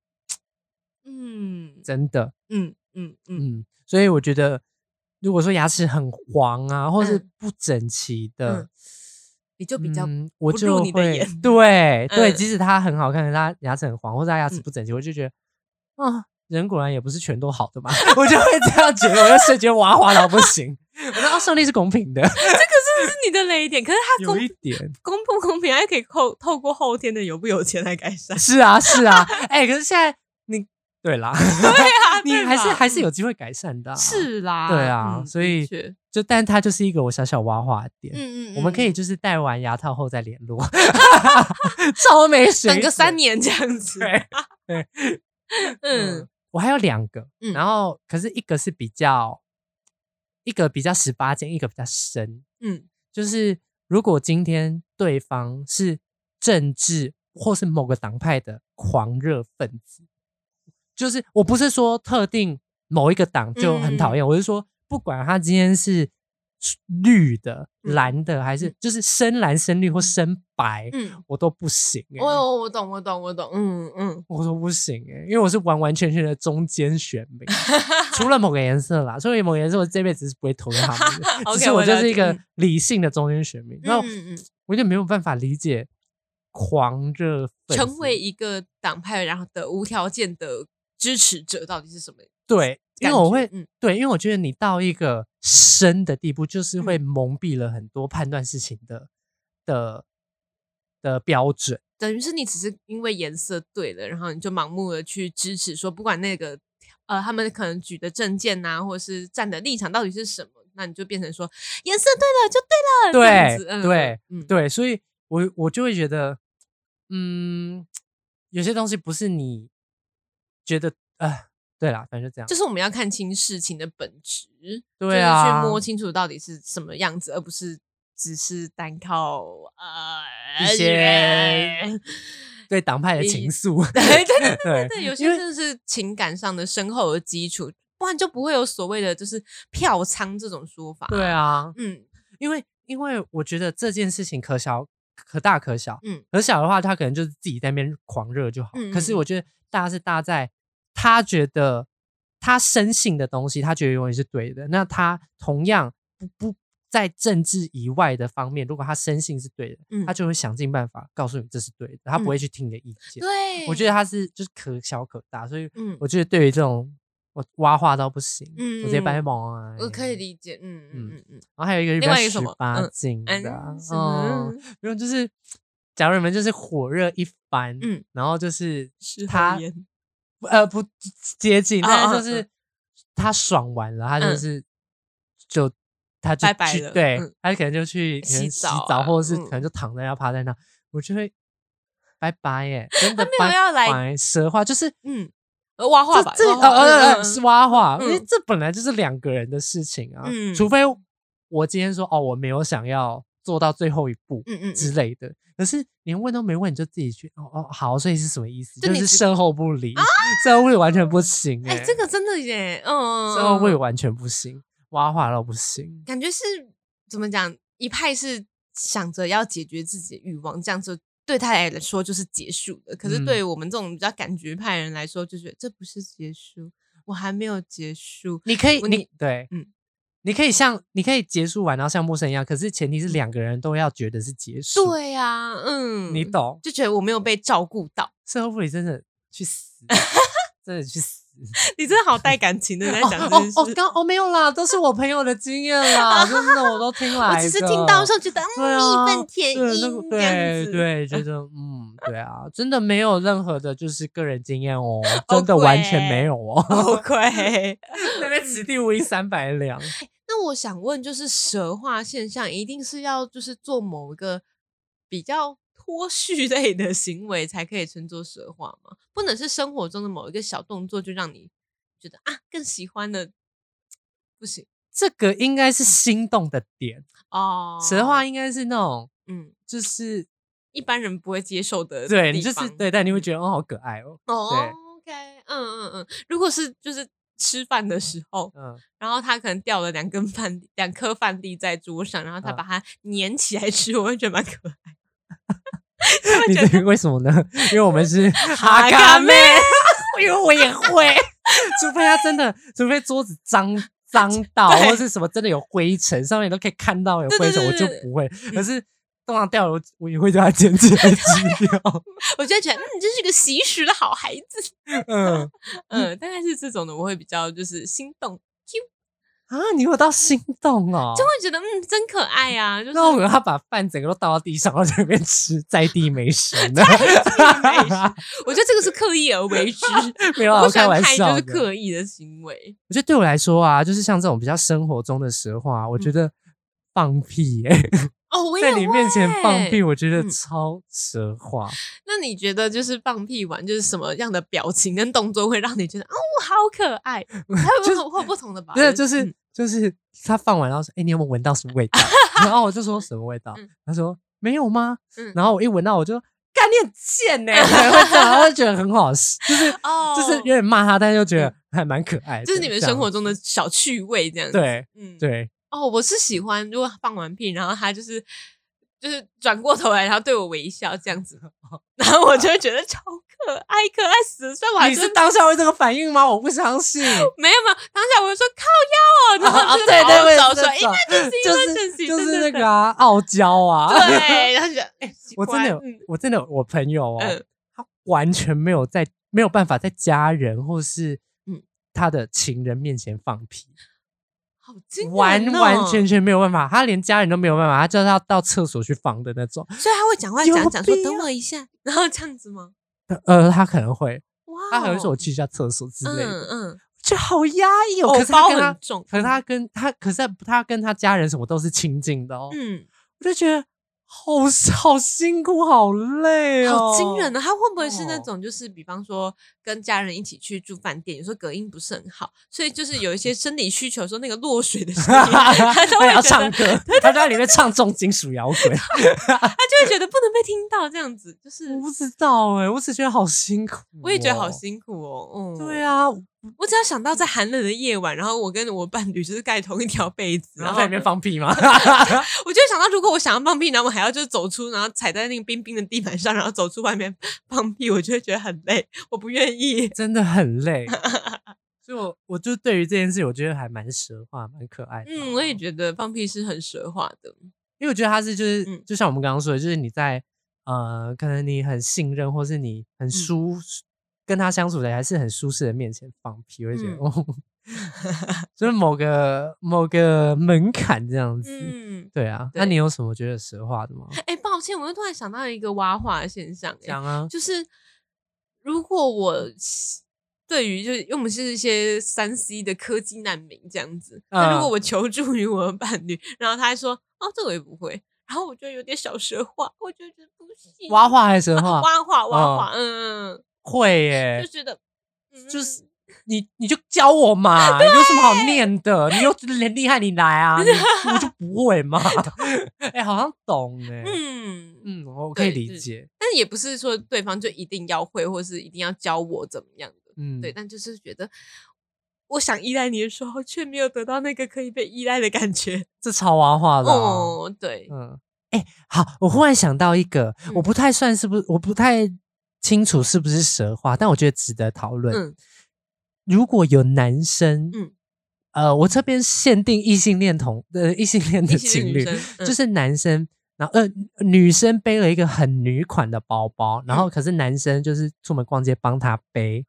嗯，真的，嗯嗯嗯嗯，所以我觉得，如果说牙齿很黄啊，或是不整齐的，嗯， 你就比较不入你的眼。 对对，即使它很好看，它牙齿很黄，或者它牙齿不整齐，我就觉得，啊。人果然也不是全都好的嘛，我就会这样觉得，我就瞬间哇滑到不行。我说啊，上帝是公平的，这个是不是你的雷点？可是他有一点公不公平，还可以透透过后天的有不有钱来改善。 是啊，是啊，哎、欸，可是现在你对啦，对啊，你还是还是有机会改善的、啊， 是啦， 对啊，嗯、所以就但它就是一个我小小挖滑点，嗯嗯嗯，我们可以就是戴完牙套后再联络，超没水准， 等个三年这样子， 对对，嗯。我还有两个，嗯、然后可是一个是比较，一个比较十八禁，一个比较深。嗯，就是如果今天对方是政治或是某个党派的狂热分子，就是我不是说特定某一个党就很讨厌，嗯、我是说不管他今天是绿的、蓝的，还是就是深蓝、深绿或深白，嗯，我都不行、欸。 我我懂，我懂，我懂，嗯嗯， 我说不行哎、欸，因为我是完完全全的中间选民，除了某个颜色啦，所以某个颜色我这辈子是不会投给他们的，只是我就是一个理性的中间选民。然后我就没有办法理解狂热分子成为一个党派然后的无条件的支持者到底是什么？ 对。因为我会，嗯、对，因为我觉得你到一个深的地步，就是会蒙蔽了很多判断事情的、嗯、的的标准。 等于是你只是因为颜色对了，然后你就盲目的去支持，說不管那个呃他们可能举的政见啊，或者是站的立场到底是什么，那你就变成说颜色对了就对了， 对、嗯、对、嗯、对，所以我我就会觉得，嗯，有些东西不是你觉得呃。对啦，反正就这样。 就是我们要看清事情的本质， 对啊， 就是去摸清楚到底是什么样子，而不是只是单靠呃一些对党派的情愫。 对对对对对，有些真的是情感上的深厚的基础，不然就不会有所谓的就是票仓这种说法。 对啊，嗯，因为因为我觉得这件事情可小可大可小，嗯，可小的话，他可能就是自己在那边狂热就好。嗯、可是我觉得大是大在。他觉得他深信的东西，他觉得永远是对的。那他同样不不在政治以外的方面，如果他深信是对的，嗯、他就会想尽办法告诉你这是对的，他不会去听你的意见。 嗯、对， 我觉得他是就是可小可大，所以我觉得对于这种我挖话到不行，嗯、我直接掰毛啊。 我可以理解，嗯嗯嗯嗯。 然后还有一个比较十八禁的，哦，没有，就是假如你们就是火热一番，嗯，然后就是他。呃，不接近，但是就是他爽完了，他就是就他就去，对，他可能就去洗澡，或者是可能就躺在要趴在那，我就会拜拜耶，真的拜拜，蛇话就是嗯， 挖话吧， 这呃是挖话，因为这本来就是两个人的事情啊，除非我今天说哦，我没有想要做到最后一步，嗯嗯之类的。可是连问都没问，你就自己去哦哦好，所以是什么意思？就, 就是售后不理，啊、售后不理完全不行哎、欸欸，这个真的耶，嗯， 售后不理完全不行，挖话都不行， 感觉是怎么讲？一派是想着要解决自己的欲望，这样子对他来说就是结束了。可是对于我们这种比较感觉派人来说，就觉得这不是结束，我还没有结束。 你可以，你对，嗯。你可以像你可以结束完，然后像陌生人一样，可是前提是两个人都要觉得是结束。 对呀、啊，嗯， 你懂， 就觉得我没有被照顾到。 售后不理真的去死，真的去死！ 你真的好带感情的在讲这件事。 哦哦，刚哦没有啦，都是我朋友的经验啦，真的我都听来的。 我只是听到的时候觉得嗯义愤填膺， 对对，觉得嗯对啊，真的没有任何的就是个人经验哦，真的完全没有哦。 OK， 那边此地无银三百两。 那我想问，就是蛇化现象一定是要就是做某一个比较脱序类的行为才可以称作蛇化吗？不能是生活中的某一个小动作就让你觉得啊更喜欢的，不行。 这个应该是心动的点哦，蛇化应该是那种嗯，就是一般人不会接受的， 对你就是对，但你会觉得哦好可爱哦。 哦， OK， 嗯嗯嗯，如果是就是吃饭的时候，嗯，然后他可能掉了两根饭两颗饭粒在桌上，然后他把它粘起来吃，我会觉得蛮可爱。 你这个为什么呢？因为我们是哈嘎妹，因为我也会，除非他真的，除非桌子脏脏到，或是什么真的有灰尘，上面都可以看到有灰尘，我就不会。可是通常掉了，我也会叫他捡起来吃掉。 我就觉得，嗯，你真是个习食的好孩子。嗯嗯，大概是这种的，我会比较就是心动。 啊，你有到心动哦， 就会觉得嗯，真可爱啊！就是那我以为他把饭整个都倒到地上，然后在那边吃在地美食呢。 在地美食，我觉得这个是刻意而为之， 没有，我开玩笑， 就是刻意的行为。 我觉得对我来说啊，就是像这种比较生活中的蛇话，我觉得放屁耶、欸。 哦，我也在你面前放屁，我觉得超蛇化、嗯。 那你觉得就是放屁完，就是什么样的表情跟动作会让你觉得哦，好可爱？还有不或不同的吧？ 对，就是、嗯、就是他放完，然后说：“哎、欸，你有没有闻到什么味道？”然后我就说：“什么味道？”嗯、他说：“没有吗？”嗯、然后我一闻到，我就干你很贱呢、欸，会这样，他会觉得很好笑，就是、哦、就是有点骂他，但是又觉得还蛮可爱的， 就是你们生活中的小趣味这样子。 对，嗯，对。 哦，我是喜欢，如果放完屁，然后他就是就是转过头来，然后对我微笑这样子，然后我就会觉得超可爱，可爱死了。所以我还你是当下会这个反应吗？我不相信。 没有没有，当下我就说靠腰哦，然后就对对找出来，因为就是就是那个啊，傲娇啊。 对，然后就哎， 我真的有，我真的有我朋友哦，他完全没有在没有办法在家人或是嗯他的情人面前放屁。 好惊人哦， 完完全全没有办法，他连家人都没有办法，他叫他到厕所去放的那种。 所以他会讲话讲讲说等我一下，然后这样子吗？ 呃，他可能会，他可能说我去一下厕所之类的。嗯嗯，就好压抑哦。可是他跟他，可是他跟他，可是他跟他家人什么都是亲近的哦。嗯，我就觉得好好辛苦，好累哦， 好惊人啊！他会不会是那种就是比方说跟家人一起去住饭店，有时候隔音不是很好，所以就是有一些生理需求，说那个落水的声音，他都会要唱歌，他在里面唱重金属摇滚， 他就会觉得不能被听到，这样子就是我不知道哎、欸，我只觉得好辛苦、哦， 我也觉得好辛苦哦。嗯， 对啊， 我只要想到在寒冷的夜晚，然后我跟我伴侣就是盖同一条被子， 然后在里面放屁吗？ 我就想到，如果我想要放屁，然后我还要就是走出，然后踩在那个冰冰的地板上，然后走出外面放屁，我就会觉得很累，我不愿意， 真的很累。所以我我就对于这件事，我觉得还蛮蛇化，蛮可爱的。 嗯，我也觉得放屁是很蛇化的， 因为我觉得它是就是、嗯、就像我们刚刚说的，就是你在呃，可能你很信任，或是你很舒、嗯、跟他相处的还是很舒适的面前放屁，我会觉得、嗯、哦。就是某个某个门槛这样子，嗯，对啊。那你有什么觉得蛇化的吗？ 哎、欸，抱歉，我又突然想到一个蛙化的现象、欸， 讲啊， 就是如果我对于就是因为我们是一些三 C 的科技难民这样子，那、嗯、如果我求助于我的伴侣，然后他还说哦这个我也不会，然后我就有点小蛇化，我就觉得不行。 蛙化还是蛇化？ 啊、蛙化蛙化，嗯嗯， 会耶， 就觉得、 嗯、就是。你你就教我嘛，你有什么好念的？你又很厉害，你来啊！你我就不会嘛。哎、欸，好像懂哎、欸。嗯嗯，我可以理解。 但也不是说对方就一定要会，或是一定要教我怎么样的。嗯，对。但就是觉得，我想依赖你的时候，却没有得到那个可以被依赖的感觉。 这超娃化的、啊。 哦，对。 嗯。哎、欸，好，我忽然想到一个，嗯、我不太算是不是，我不太清楚是不是蛇化，但我觉得值得讨论。嗯。如果有男生，嗯，呃，我这边限定异性恋同呃异性恋的情侣，嗯、就是男生，然后呃女生背了一个很女款的包包，然后可是男生就是出门逛街帮她背，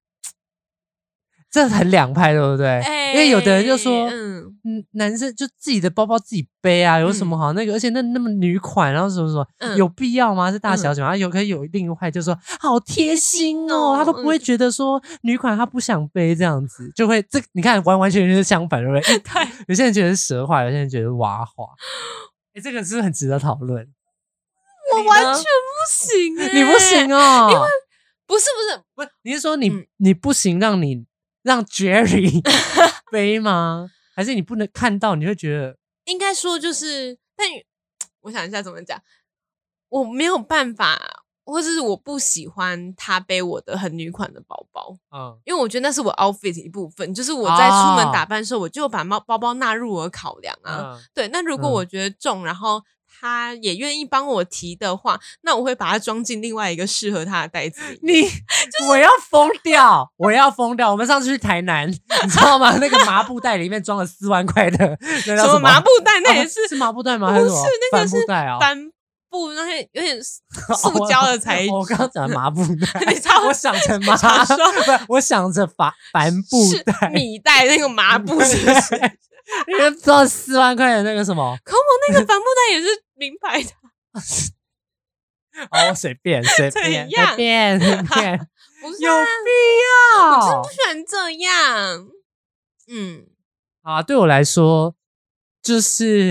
这很两派，对不对？欸、因为有的人就说，嗯嗯，男生就自己的包包自己背啊，有什么好那个？嗯、而且那那么女款，然后什么什么，嗯、有必要吗？是大小姐吗？嗯、有可以有另一派就说好贴心哦，他都不会觉得说女款他不想背这样子，就会这你看完完全全是相反，对不对？对，有些人觉得是蛇化，有些人觉得是蛙化。哎，这个是不是很值得讨论？ 我完全不行、欸， 你不行哦， 因为不是不是不是，你是说你、嗯、你不行，让你。让 Jerry 背吗？还是你不能看到，你会觉得？ 应该说就是，但我想一下怎么讲，我没有办法， 或者是我不喜欢他背我的很女款的包包， 嗯， 因为我觉得那是我 outfit 的一部分，就是我在出门打扮的时候，我就把包包包纳入我的考量啊。嗯、对，那如果我觉得重，嗯、然后他也愿意帮我提的话，那我会把它装进另外一个适合他的袋子里面。 你，就是、我要疯掉，我要疯掉！我们上次去台南，你知道吗？那个麻布袋里面装了四万块的，那叫什么麻布袋？那也是、 啊、是麻布袋吗？ 不是，那个是帆布袋啊。 布那些有点塑胶的材质， 我刚刚讲的麻布袋， 你超我想成麻，不，我想着帆帆布袋、 米袋那个麻布是不是？ 因为装四万块的那个什么 ，Como 那个帆布袋也是名牌的。 哦，随便随便随便随便， 不是、 啊、有必要？ 我真的不喜欢这样。嗯， 啊，对我来说就是。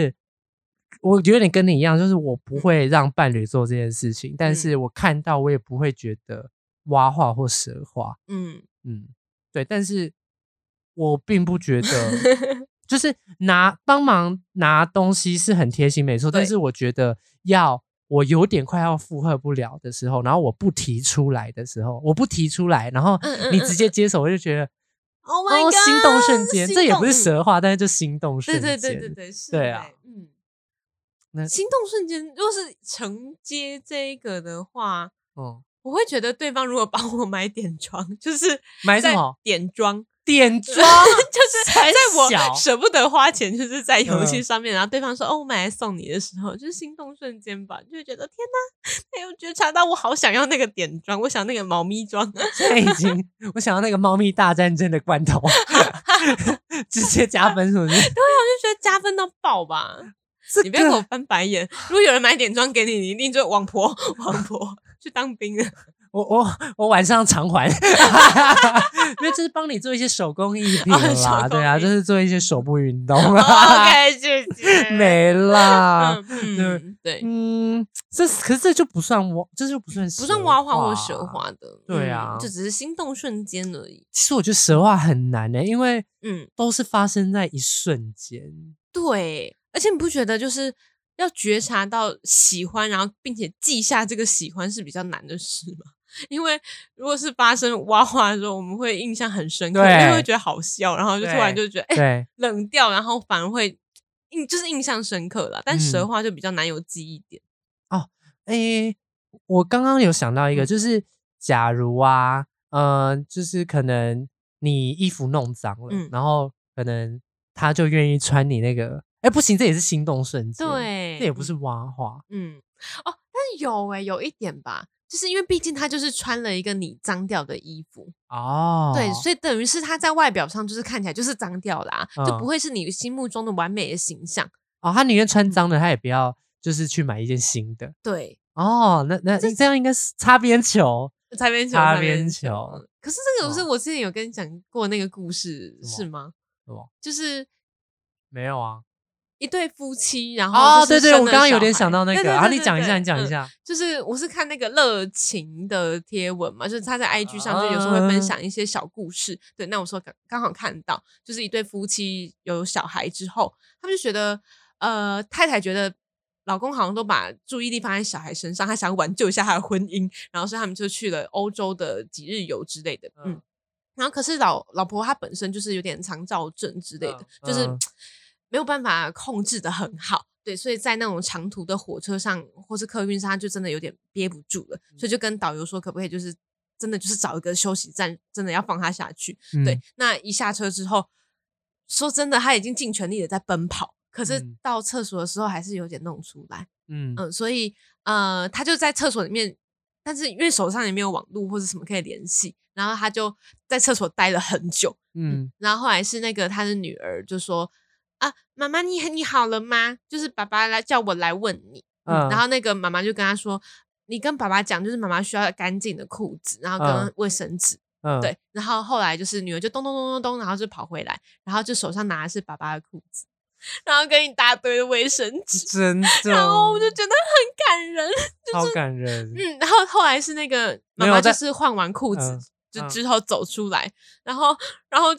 我有点跟你一样，就是我不会让伴侣做这件事情，嗯、但是我看到我也不会觉得挖话或舌话，嗯嗯，对，但是我并不觉得，就是拿帮忙拿东西是很贴心没错，但是我觉得要我有点快要负荷不了的时候，然后我不提出来的时候，我不提出来，然后你直接接手，我就觉得。 Oh my god！、 哦、心动瞬間，这也不是舌话，但是就心动瞬間。 对对对对对，是。 对啊， 嗯。心动瞬间，如果是承接这个的话，嗯，我会觉得对方如果帮我买点妆，就是买什么点妆， 点妆就是在我舍不得花钱，就是在游戏上面，嗯、然后对方说哦，我买来送你的时候，就是心动瞬间吧，就会觉得天哪，他有觉察到我好想要那个点妆，我想那个猫咪妆， 现在已经我想要那个猫咪大战争的罐头，直接加分是不是？对啊， 我就觉得加分到爆吧。这个、你不要给我翻白眼！如果有人买点妆给你，你一定就王婆王婆去当兵了。 我我我晚上偿还，因为这是帮你做一些手工艺品啦，哦、对啊，就是做一些手部运动。 哦、OK， 谢谢。 没啦， 嗯，对， 嗯，这可是这就不算挖，这就不算不算挖话或舌话的， 对啊， 嗯、就只是心动瞬间而已。 其实我觉得舌话很难呢、欸，因为嗯，都是发生在一瞬间。 对。而且你不觉得就是要觉察到喜欢，然后并且记下这个喜欢是比较难的事吗？因为如果是发生挖话的时候，我们会印象很深刻，因为会觉得好笑，然后就突然就觉得哎、欸、冷掉，然后反而会印就是印象深刻啦。但舌话就比较难有记忆点。 嗯、哦，哎、欸，我刚刚有想到一个，就是假如啊，呃，就是可能你衣服弄脏了，嗯、然后可能他就愿意穿你那个。哎，不行，这也是心动瞬间， 对， 这也不是挖话， 嗯，哦，但是有哎、欸，有一点吧，就是因为毕竟他就是穿了一个你脏掉的衣服哦，对，所以等于是他在外表上就是看起来就是脏掉啦、啊，嗯、就不会是你心目中的完美的形象哦。他宁愿穿脏的，他也不要就是去买一件新的， 对， 哦，那那这样应该是擦边球， 擦边球， 擦边球。 可是这个不是我之前有跟你讲过那个故事、哦、是吗？ 什么？ 就是没有啊。 一对夫妻，然后哦，对对，我刚刚有点想到那个，啊，你讲一下，你讲一下、 嗯。就是我是看那个乐情的贴文嘛，就是他在 I G 上就有时候会分享一些小故事。嗯、对，那我说刚刚好看到，就是一对夫妻有小孩之后，他们就觉得，呃，太太觉得老公好像都把注意力放在小孩身上，他想挽救一下他的婚姻，然后所以他们就去了欧洲的几日游之类的。嗯，嗯然后可是老老婆她本身就是有点肠躁症之类的，嗯、就是。嗯没有办法控制的很好，对，所以在那种长途的火车上或是客运上，他就真的有点憋不住了，所以就跟导游说，可不可以就是真的就是找一个休息站，真的要放他下去。嗯、对，那一下车之后，说真的，他已经尽全力的在奔跑，可是到厕所的时候还是有点弄出来。嗯嗯，所以呃，他就在厕所里面，但是因为手上也没有网络或者什么可以联系，然后他就在厕所待了很久。嗯，嗯然后后来是那个他的女儿就说。啊，妈妈，你你好了吗？就是爸爸来叫我来问你，嗯嗯、然后那个妈妈就跟他说，你跟爸爸讲，就是妈妈需要干净的裤子，然后跟卫生纸，嗯、对，然后后来就是女儿就咚咚咚咚咚，然后就跑回来，然后就手上拿的是爸爸的裤子，然后跟一大堆的卫生纸， 真的， 然后我就觉得很感人，就是、 好感人， 嗯，然后后来是那个妈妈就是换完裤子就之后走出来，嗯、然后然后就。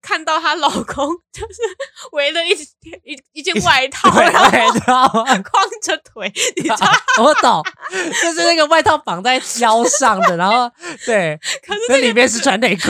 看到她老公就是围了一一一件外套， 然后光着腿，你知道吗？ 我懂，就是那个外套绑在腰上的，然后对， 可是、 那个、里面是穿内裤，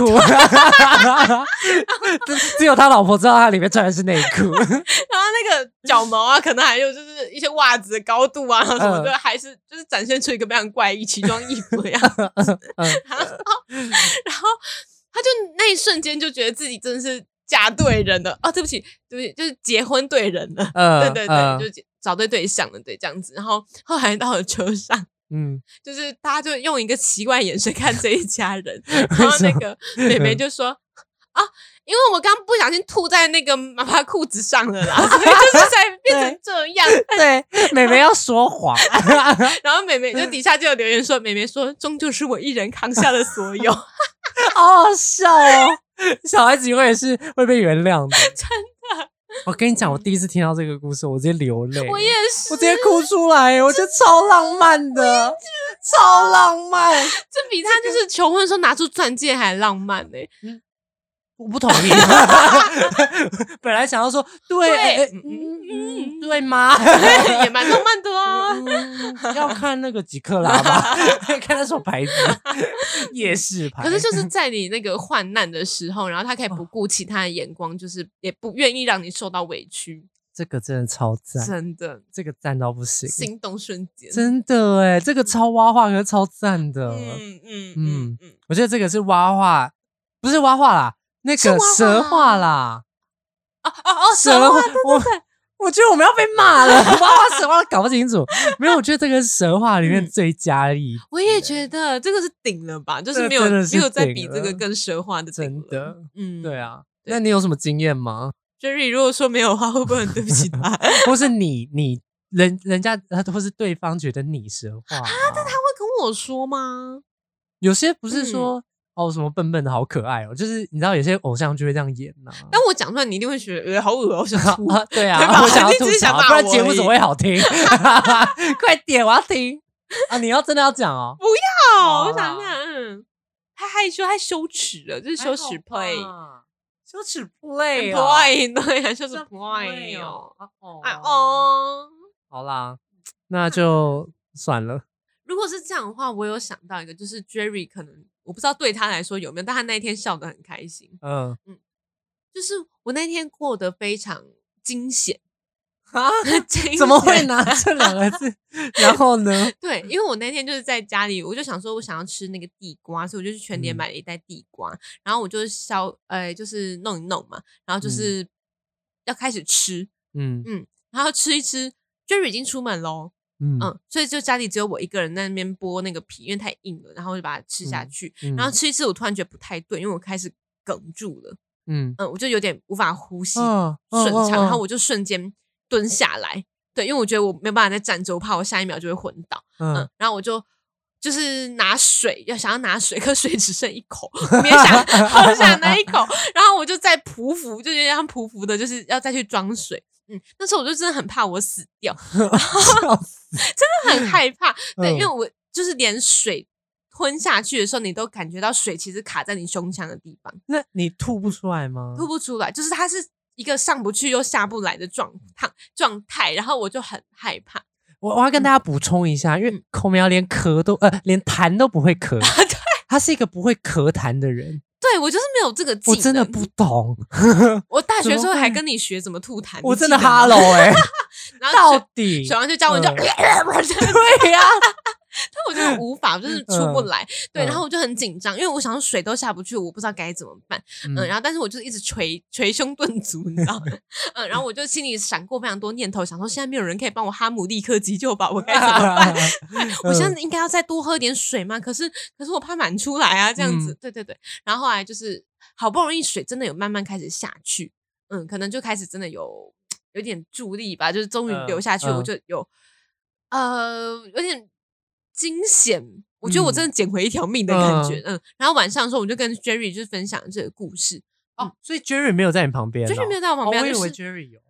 只有他老婆知道他里面穿的是内裤，然后那个脚毛啊，可能还有就是一些袜子的高度啊，然后什么的，嗯、还是就是展现出一个非常怪异奇装异服的样子，嗯、然后然后他就那一瞬间就觉得自己真的是嫁对人了哦，对不起，对不起，就是结婚对人了，嗯、对对对，嗯、就找对对象了，对这样子。然后后来到了车上，嗯，就是大家就用一个奇怪的眼神看这一家人，然后那个妹妹就说啊，因为我刚不小心吐在那个妈妈裤子上了啦，所以就是才变成这样。 对，妹妹要说谎， 然后妹妹就底下就有留言说，妹妹说终究是我一人扛下了所有， 好好笑哦。小孩子永远是会被原谅的， 真的。 我跟你讲，我第一次听到这个故事，我直接流泪。 我也是， 我直接哭出来，我觉得超浪漫的，超浪漫。 这比他就是求婚的时候拿出钻戒还浪漫呢、欸。 嗯，我不同意。本来想要说对， 对， 欸、嗯嗯，对吗？ 也蛮浪漫的啊、 嗯。要看那个几克拉吧，看那什么牌子，夜市牌。 可是就是在你那个患难的时候，然后他可以不顾其他的眼光，就是也不愿意让你受到委屈。 这个真的超赞， 真的， 这个赞到不行， 心动瞬间， 真的哎，这个超蛙化，可是超赞的。 嗯嗯嗯嗯， 我觉得这个是蛙化，不是蛙化啦，那个蛇化啦。 哦哦哦，蛇化，对对对。 我觉得我们要被骂了，蛙化蛇化搞不清楚。没有，我觉得这个是蛇化里面最佳例子、嗯。 我也觉得这个是顶了吧，就是没有没有再比这个更蛇化的顶了。 真的，嗯，对啊。那你有什么经验吗 ？Jerry 如果说没有的话，会不会很对不起他？ 或是你你人人家或是对方觉得你蛇化啊？ 但他会跟我说吗？ 有些不是说。嗯哦，什么笨笨的好可爱哦，就是你知道有些偶像就会这样演呐、啊。 但我讲出来，你一定会觉得，呃，好恶，我想吐。 啊对啊， 对吧我想要吐槽，不然节目怎么会好听？快点，我要听啊！你要真的要讲哦？ 不要，哦、我想想，嗯，太害羞，太羞耻了，这是羞耻 play， 羞耻 play， 哦 play 对啊，羞耻 play 哦。哎哦， 好啦，那就算了。 如果是这样的话，我有想到一个，就是 Jerry 可能我不知道对他来说有没有，但他那一天笑得很开心。嗯嗯，就是我那天过得非常惊险啊！怎么会拿这两个字？然后呢？ 对，因为我那天就是在家里，我就想说我想要吃那个地瓜，所以我就去全联买了一袋地瓜，嗯、然后我就削呃就是弄一弄嘛，然后就是要开始吃，嗯嗯，然后吃一吃 ，Jerry 已经出门喽。嗯, 嗯，所以就家里只有我一个人在那边剥那个皮，因为太硬了，然后我就把它吃下去。嗯嗯、然后吃一次，我突然觉得不太对，因为我开始哽住了。嗯嗯，我就有点无法呼吸顺畅，哦哦哦、然后我就瞬间蹲下来。对，因为我觉得我没有办法再站着，我怕我下一秒就会昏倒。嗯, 嗯，然后我就就是拿水，要想要拿水，可水只剩一口，我也想喝下那一口，然后我就再匍匐，就有点像匍匐的，就是要再去装水。嗯，那时候我就真的很怕我死掉，然后真的很害怕。对，因为我就是连水吞下去的时候，你都感觉到水其实卡在你胸腔的地方。 那你吐不出来吗？ 吐不出来，就是它是一个上不去又下不来的状态状态，然后我就很害怕。 我我要跟大家补充一下，嗯、因为孔苗连咳都呃连痰都不会咳，对，他是一个不会咳痰的人。 对，我就是没有这个技能， 我真的不懂。 我大学的时候还跟你学怎么吐痰， 我真的哈喽哎， 然后到底水完就教我就， 嗯、对呀、啊， 但我就无法，就是出不来。嗯、对，然后我就很紧张，因为我想说水都下不去，我不知道该怎么办。嗯，嗯然后但是我就一直捶捶胸顿足，你知道吗？嗯，然后我就心里闪过非常多念头，想说现在没有人可以帮我哈姆立克急救吧，我该怎么办？我现在应该要再多喝一点水吗？可是可是我怕满出来啊，这样子。嗯、对对对，然后后来就是好不容易水真的有慢慢开始下去，嗯，可能就开始真的有有点助力吧，就是终于流下去，嗯、我就有呃有点惊险，我觉得我真的捡回一条命的感觉，嗯, 嗯。然后晚上的时候，我就跟 Jerry 就是分享这个故事， 哦，所以 Jerry 没有在你旁边、哦、 ，Jerry 没有在我旁边， 哦、我以为 Jerry 有，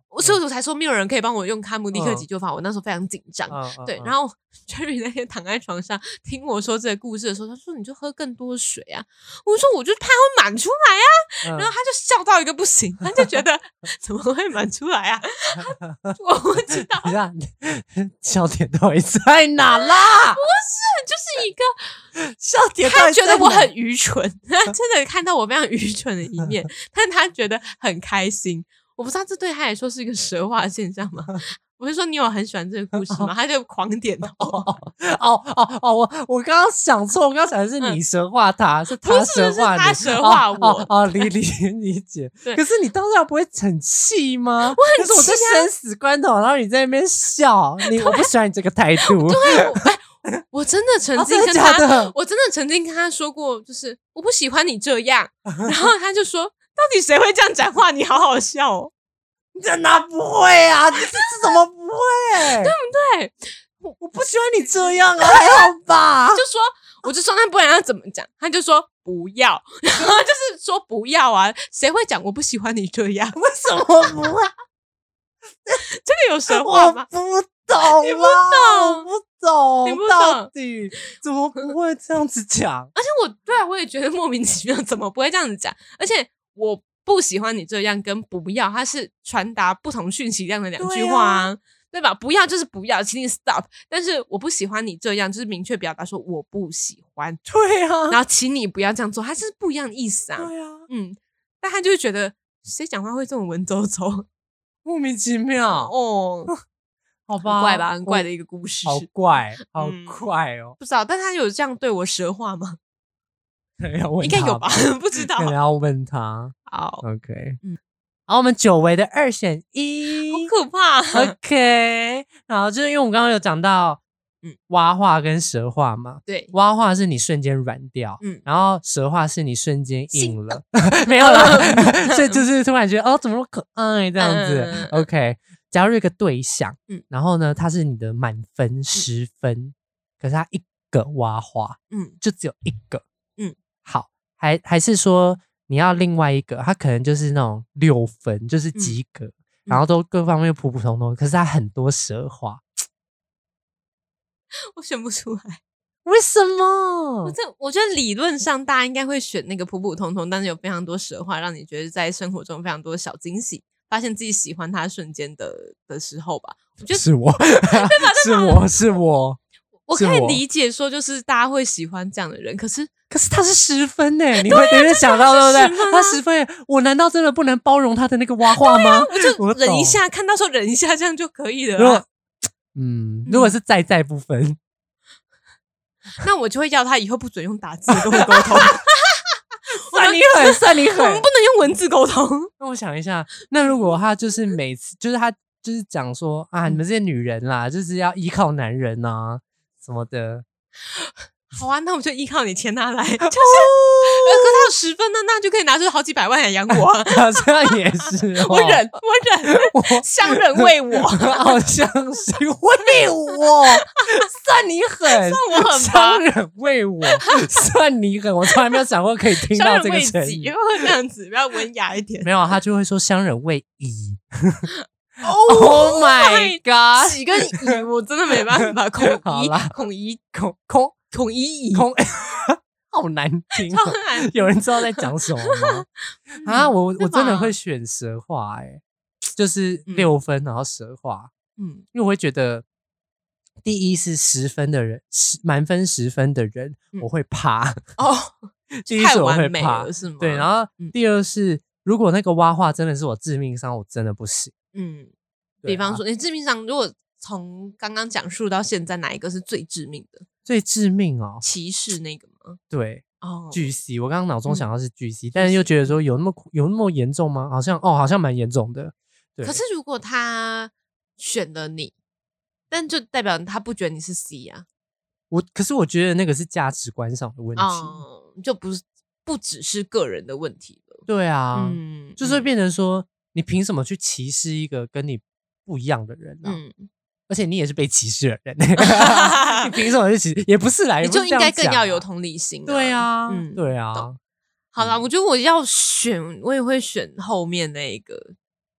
所以我才说没有人可以帮我用卡姆立克急救法，嗯、我那时候非常紧张。嗯嗯、对，然后 Jerry 那天躺在床上听我说这个故事的时候，他说：“你就喝更多水啊。”我说：“我就怕会满出来啊。嗯”然后他就笑到一个不行，他就觉得怎么会满出来啊？我不知道， 笑点到底在哪啦？ 不是，就是一个笑点， 他觉得我很愚蠢，他真的看到我非常愚蠢的一面，但他觉得很开心。我不知道这对他来说是一个蛇化现象吗？我是说你有很喜欢这个故事吗？他就狂点头。 哦哦哦哦！我我刚刚想错，我刚刚想的是你蛇化他，嗯、是他蛇化你， 他蛇化我。 哦，哦哦理理理解。可是你当下不会很气吗？ 我很气啊！ 可是我在生死关头，然后你在那边笑，你我不喜欢你这个态度。 对，我, 哎、我真的曾经跟他，哦、真的我真的曾经跟他说过，就是我不喜欢你这样，然后他就说。到底谁会这样讲话？你好好笑哦！ 这哪不会啊？这这怎么不会？ 对不对？ 我我不喜欢你这样啊，还好吧？ 就说，我就说那不然要怎么讲？他就说不要，然后就是说不要啊！谁会讲我不喜欢你这样？ 为什么不会？ 这个有神话吗？ 我不懂， 你不懂， 我不懂， 你不懂， 到底怎么不会这样子讲？ 而且我对啊，我也觉得莫名其妙，怎么不会这样子讲？而且。我不喜欢你这样跟不要，它是传达不同讯息量的两句话啊， 对, 啊对吧？不要就是不要，请你 stop。但是我不喜欢你这样，就是明确表达说我不喜欢。 对啊， 然后请你不要这样做，它是不一样的意思啊。 对啊， 嗯，但他就会觉得谁讲话会这种文绉绉， 莫名其妙哦。 好吧， 很怪吧，很怪的一个故事， 好怪，好怪哦、 嗯。不知道，但他有这样对我蛇化吗？ 应该有吧，不知道。 可能要问他。 好 ，OK， 嗯，然后我们久违的二选一， 好可怕。 OK， 然后就是因为我们刚刚有讲到，嗯，蛙化跟蛇化嘛， 对， 蛙化是你瞬间软掉， 嗯， 然后蛇化是你瞬间硬了，没有啦，所以就是突然觉得哦，怎么可爱这样子、嗯、，OK。假如一个对象，嗯，然后呢，他是你的满分十分、嗯，可是他一个蛙化，嗯，就只有一个。好，还还是说你要另外一个，他可能就是那种六分，就是及格，嗯、然后都各方面普普通通，可是他很多蛇化， 我选不出来， 为什么？ 我这我觉得理论上大家应该会选那个普普通通，但是有非常多蛇化，让你觉得在生活中非常多小惊喜，发现自己喜欢他瞬间的的时候吧。我觉得是我，对吧？是我是我。 我可以理解说，就是大家会喜欢这样的人，可是可是他是十分耶，你会有点想到对不对？啊、他十分耶，我难道真的不能包容他的那个蛙化吗？ 我就忍一下，看到时候忍一下，这样就可以了、啊。 如果嗯，如果是在在不分、嗯， 那我就会要他以后不准用打字跟我沟通。 算你狠，算你狠， 我们不能用文字沟通。 那我想一下，那如果他就是每次，就是他就是讲说啊，你们这些女人啦，就是要依靠男人啊。什么的， 好啊，那我就依靠你牵他来，就是，哦、可是他有十分呢，那就可以拿出好几百万来养我、啊。 好像也是、哦， 我忍，我忍，我相忍为我， 好像是为我，算你狠， 算我狠吧， 相忍为我，算你狠，我从来没有想过可以听到这个成语， 这样子比较文雅一点。 没有，他就会说相忍为乙。Oh my god！ 乙跟乙我真的没办法，孔乙、孔乙、 孔孔孔乙乙， 孔好难听、喔，有人知道在讲什么吗？啊，我我真的会选蛇化、欸，哎，就是六分，然后蛇化，嗯，因为我会觉得，第一是十分的人，十满分十分的人，嗯、我会怕哦， 第一是我会怕， 是吗？ 对，然后第二是，如果那个蛙化真的是我致命伤，我真的不行。嗯， 比方说，你致命伤，如果从刚刚讲述到现在，哪一个是最致命的？ 最致命哦， 歧视那个吗？ 对， 哦， 巨 C， 我刚刚脑中想到是巨 C，、嗯、但是又觉得说有那么有那么严重吗？好像哦，好像蛮严重的。对， 可是如果他选了你，但就代表他不觉得你是 C 啊。 我可是我觉得那个是价值观上的问题， 哦、就不是不只是个人的问题了。 对啊，嗯，就是会变成说。你凭什么去歧视一个跟你不一样的人啊？嗯，而且你也是被歧视的人，你凭什么去歧视？也不是啦， 你就应该更要有啊同理心、啊。 对啊，嗯，对啊。 好啦，我觉得我要选，我也会选后面那一个，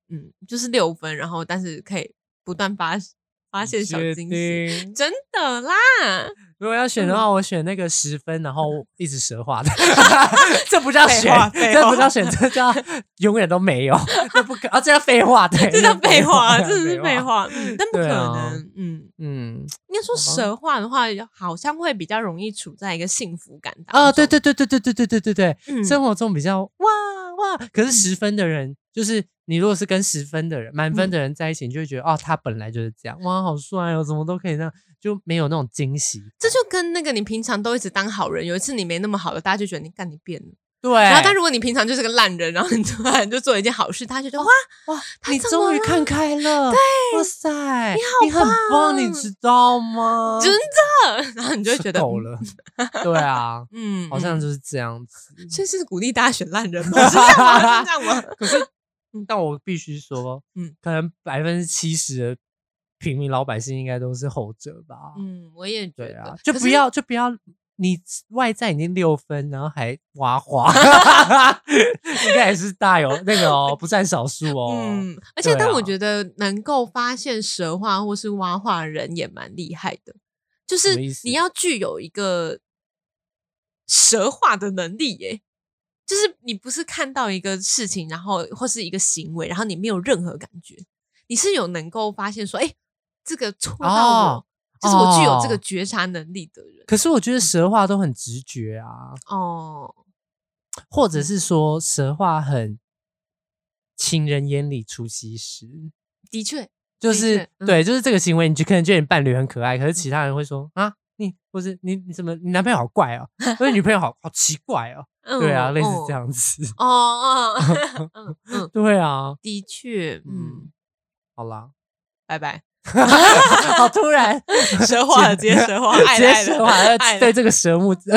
嗯，就是六分，然后但是可以不断发发现小惊喜，真的啦。 如果要选的话，嗯、我选那个十分，然后一直蛇化的，这不叫选，这不叫选，这叫永远都没有，这不可啊，这叫废话，对， 这叫废话，这是废话，嗯，但不可能， 啊、 嗯嗯， 应该说蛇化的话，好像会比较容易处在一个幸福感当中。 啊，对对对对对对对对对对， 嗯、 生活中比较哇哇，可是十分的人，就是你如果是跟十分的人、满分的人在一起，你就会觉得、嗯、哦，他本来就是这样，哇，好帅哦，怎么都可以这样。就没有那种惊喜， 这就跟那个你平常都一直当好人，有一次你没那么好了，大家就觉得你干你变了， 对。 然后但如果你平常就是个烂人，然后你突然就做一件好事，大家就觉得哇哇，你终于看开了， 对， 哇塞， 你好你很棒，你知道吗？ 真的，然后你就会觉得够了，对啊， 嗯， 好像就是这样子。 所以是鼓励大家选烂人吗？是这样吗？是这样吗？ 可是，但我必须说，嗯，可能百分之七十的平民老百姓应该都是后者吧。 嗯，我也觉得， 啊、就不要就不要，你外在已经六分，然后还挖花，应该也是大有那个哦，不占少数哦。 嗯，而且、啊、但我觉得能够发现蛇化或是蛙化的人也蛮厉害的，就是你要具有一个蛇化的能力耶。就是你不是看到一个事情，然后或是一个行为，然后你没有任何感觉，你是有能够发现说，哎。这个戳到我、哦，就是我具有这个觉察能力的人。 可是我觉得蛇化都很直觉啊， 哦， 或者是说蛇化很情人眼里出西施。 的确， 就是、嗯、对，就是这个行为，你就可能觉得你伴侣很可爱，可是其他人会说啊，你或是你你怎么你男朋友好怪哦，或者女朋友好好奇怪哦，嗯、对啊，类似这样子。 哦哦，嗯嗯，对啊， 的确，嗯， 嗯好啦， 拜拜。 好突然， 蛇化了，直接蛇化， 直接蛇化了，对这个蛇目，蛇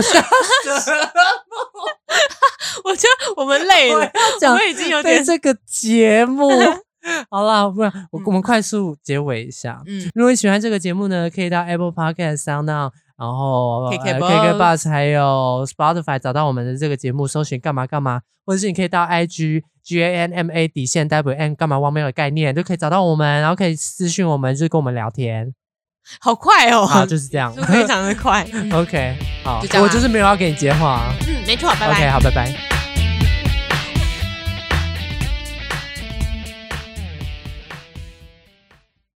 我觉得我们累了，我们已经有点这个节目。好啦，不然我我们快速结尾一下。嗯，如果你喜欢这个节目呢，可以到 Apple Podcast、SoundOn， 然后 K K Bus 还有 Spotify 找到我们的这个节目，搜寻干嘛干嘛，或者是你可以到 I G G A N M A 底线 W N 干嘛汪喵的概念，就可以找到我们，然后可以私讯我们，就跟我们聊天。 好快哦！ 好，就是这样， 就非常的快。 OK， 好， 就这样、啊， 我就是没有要给你接话。 嗯，没错，拜拜。 OK， 好，拜拜。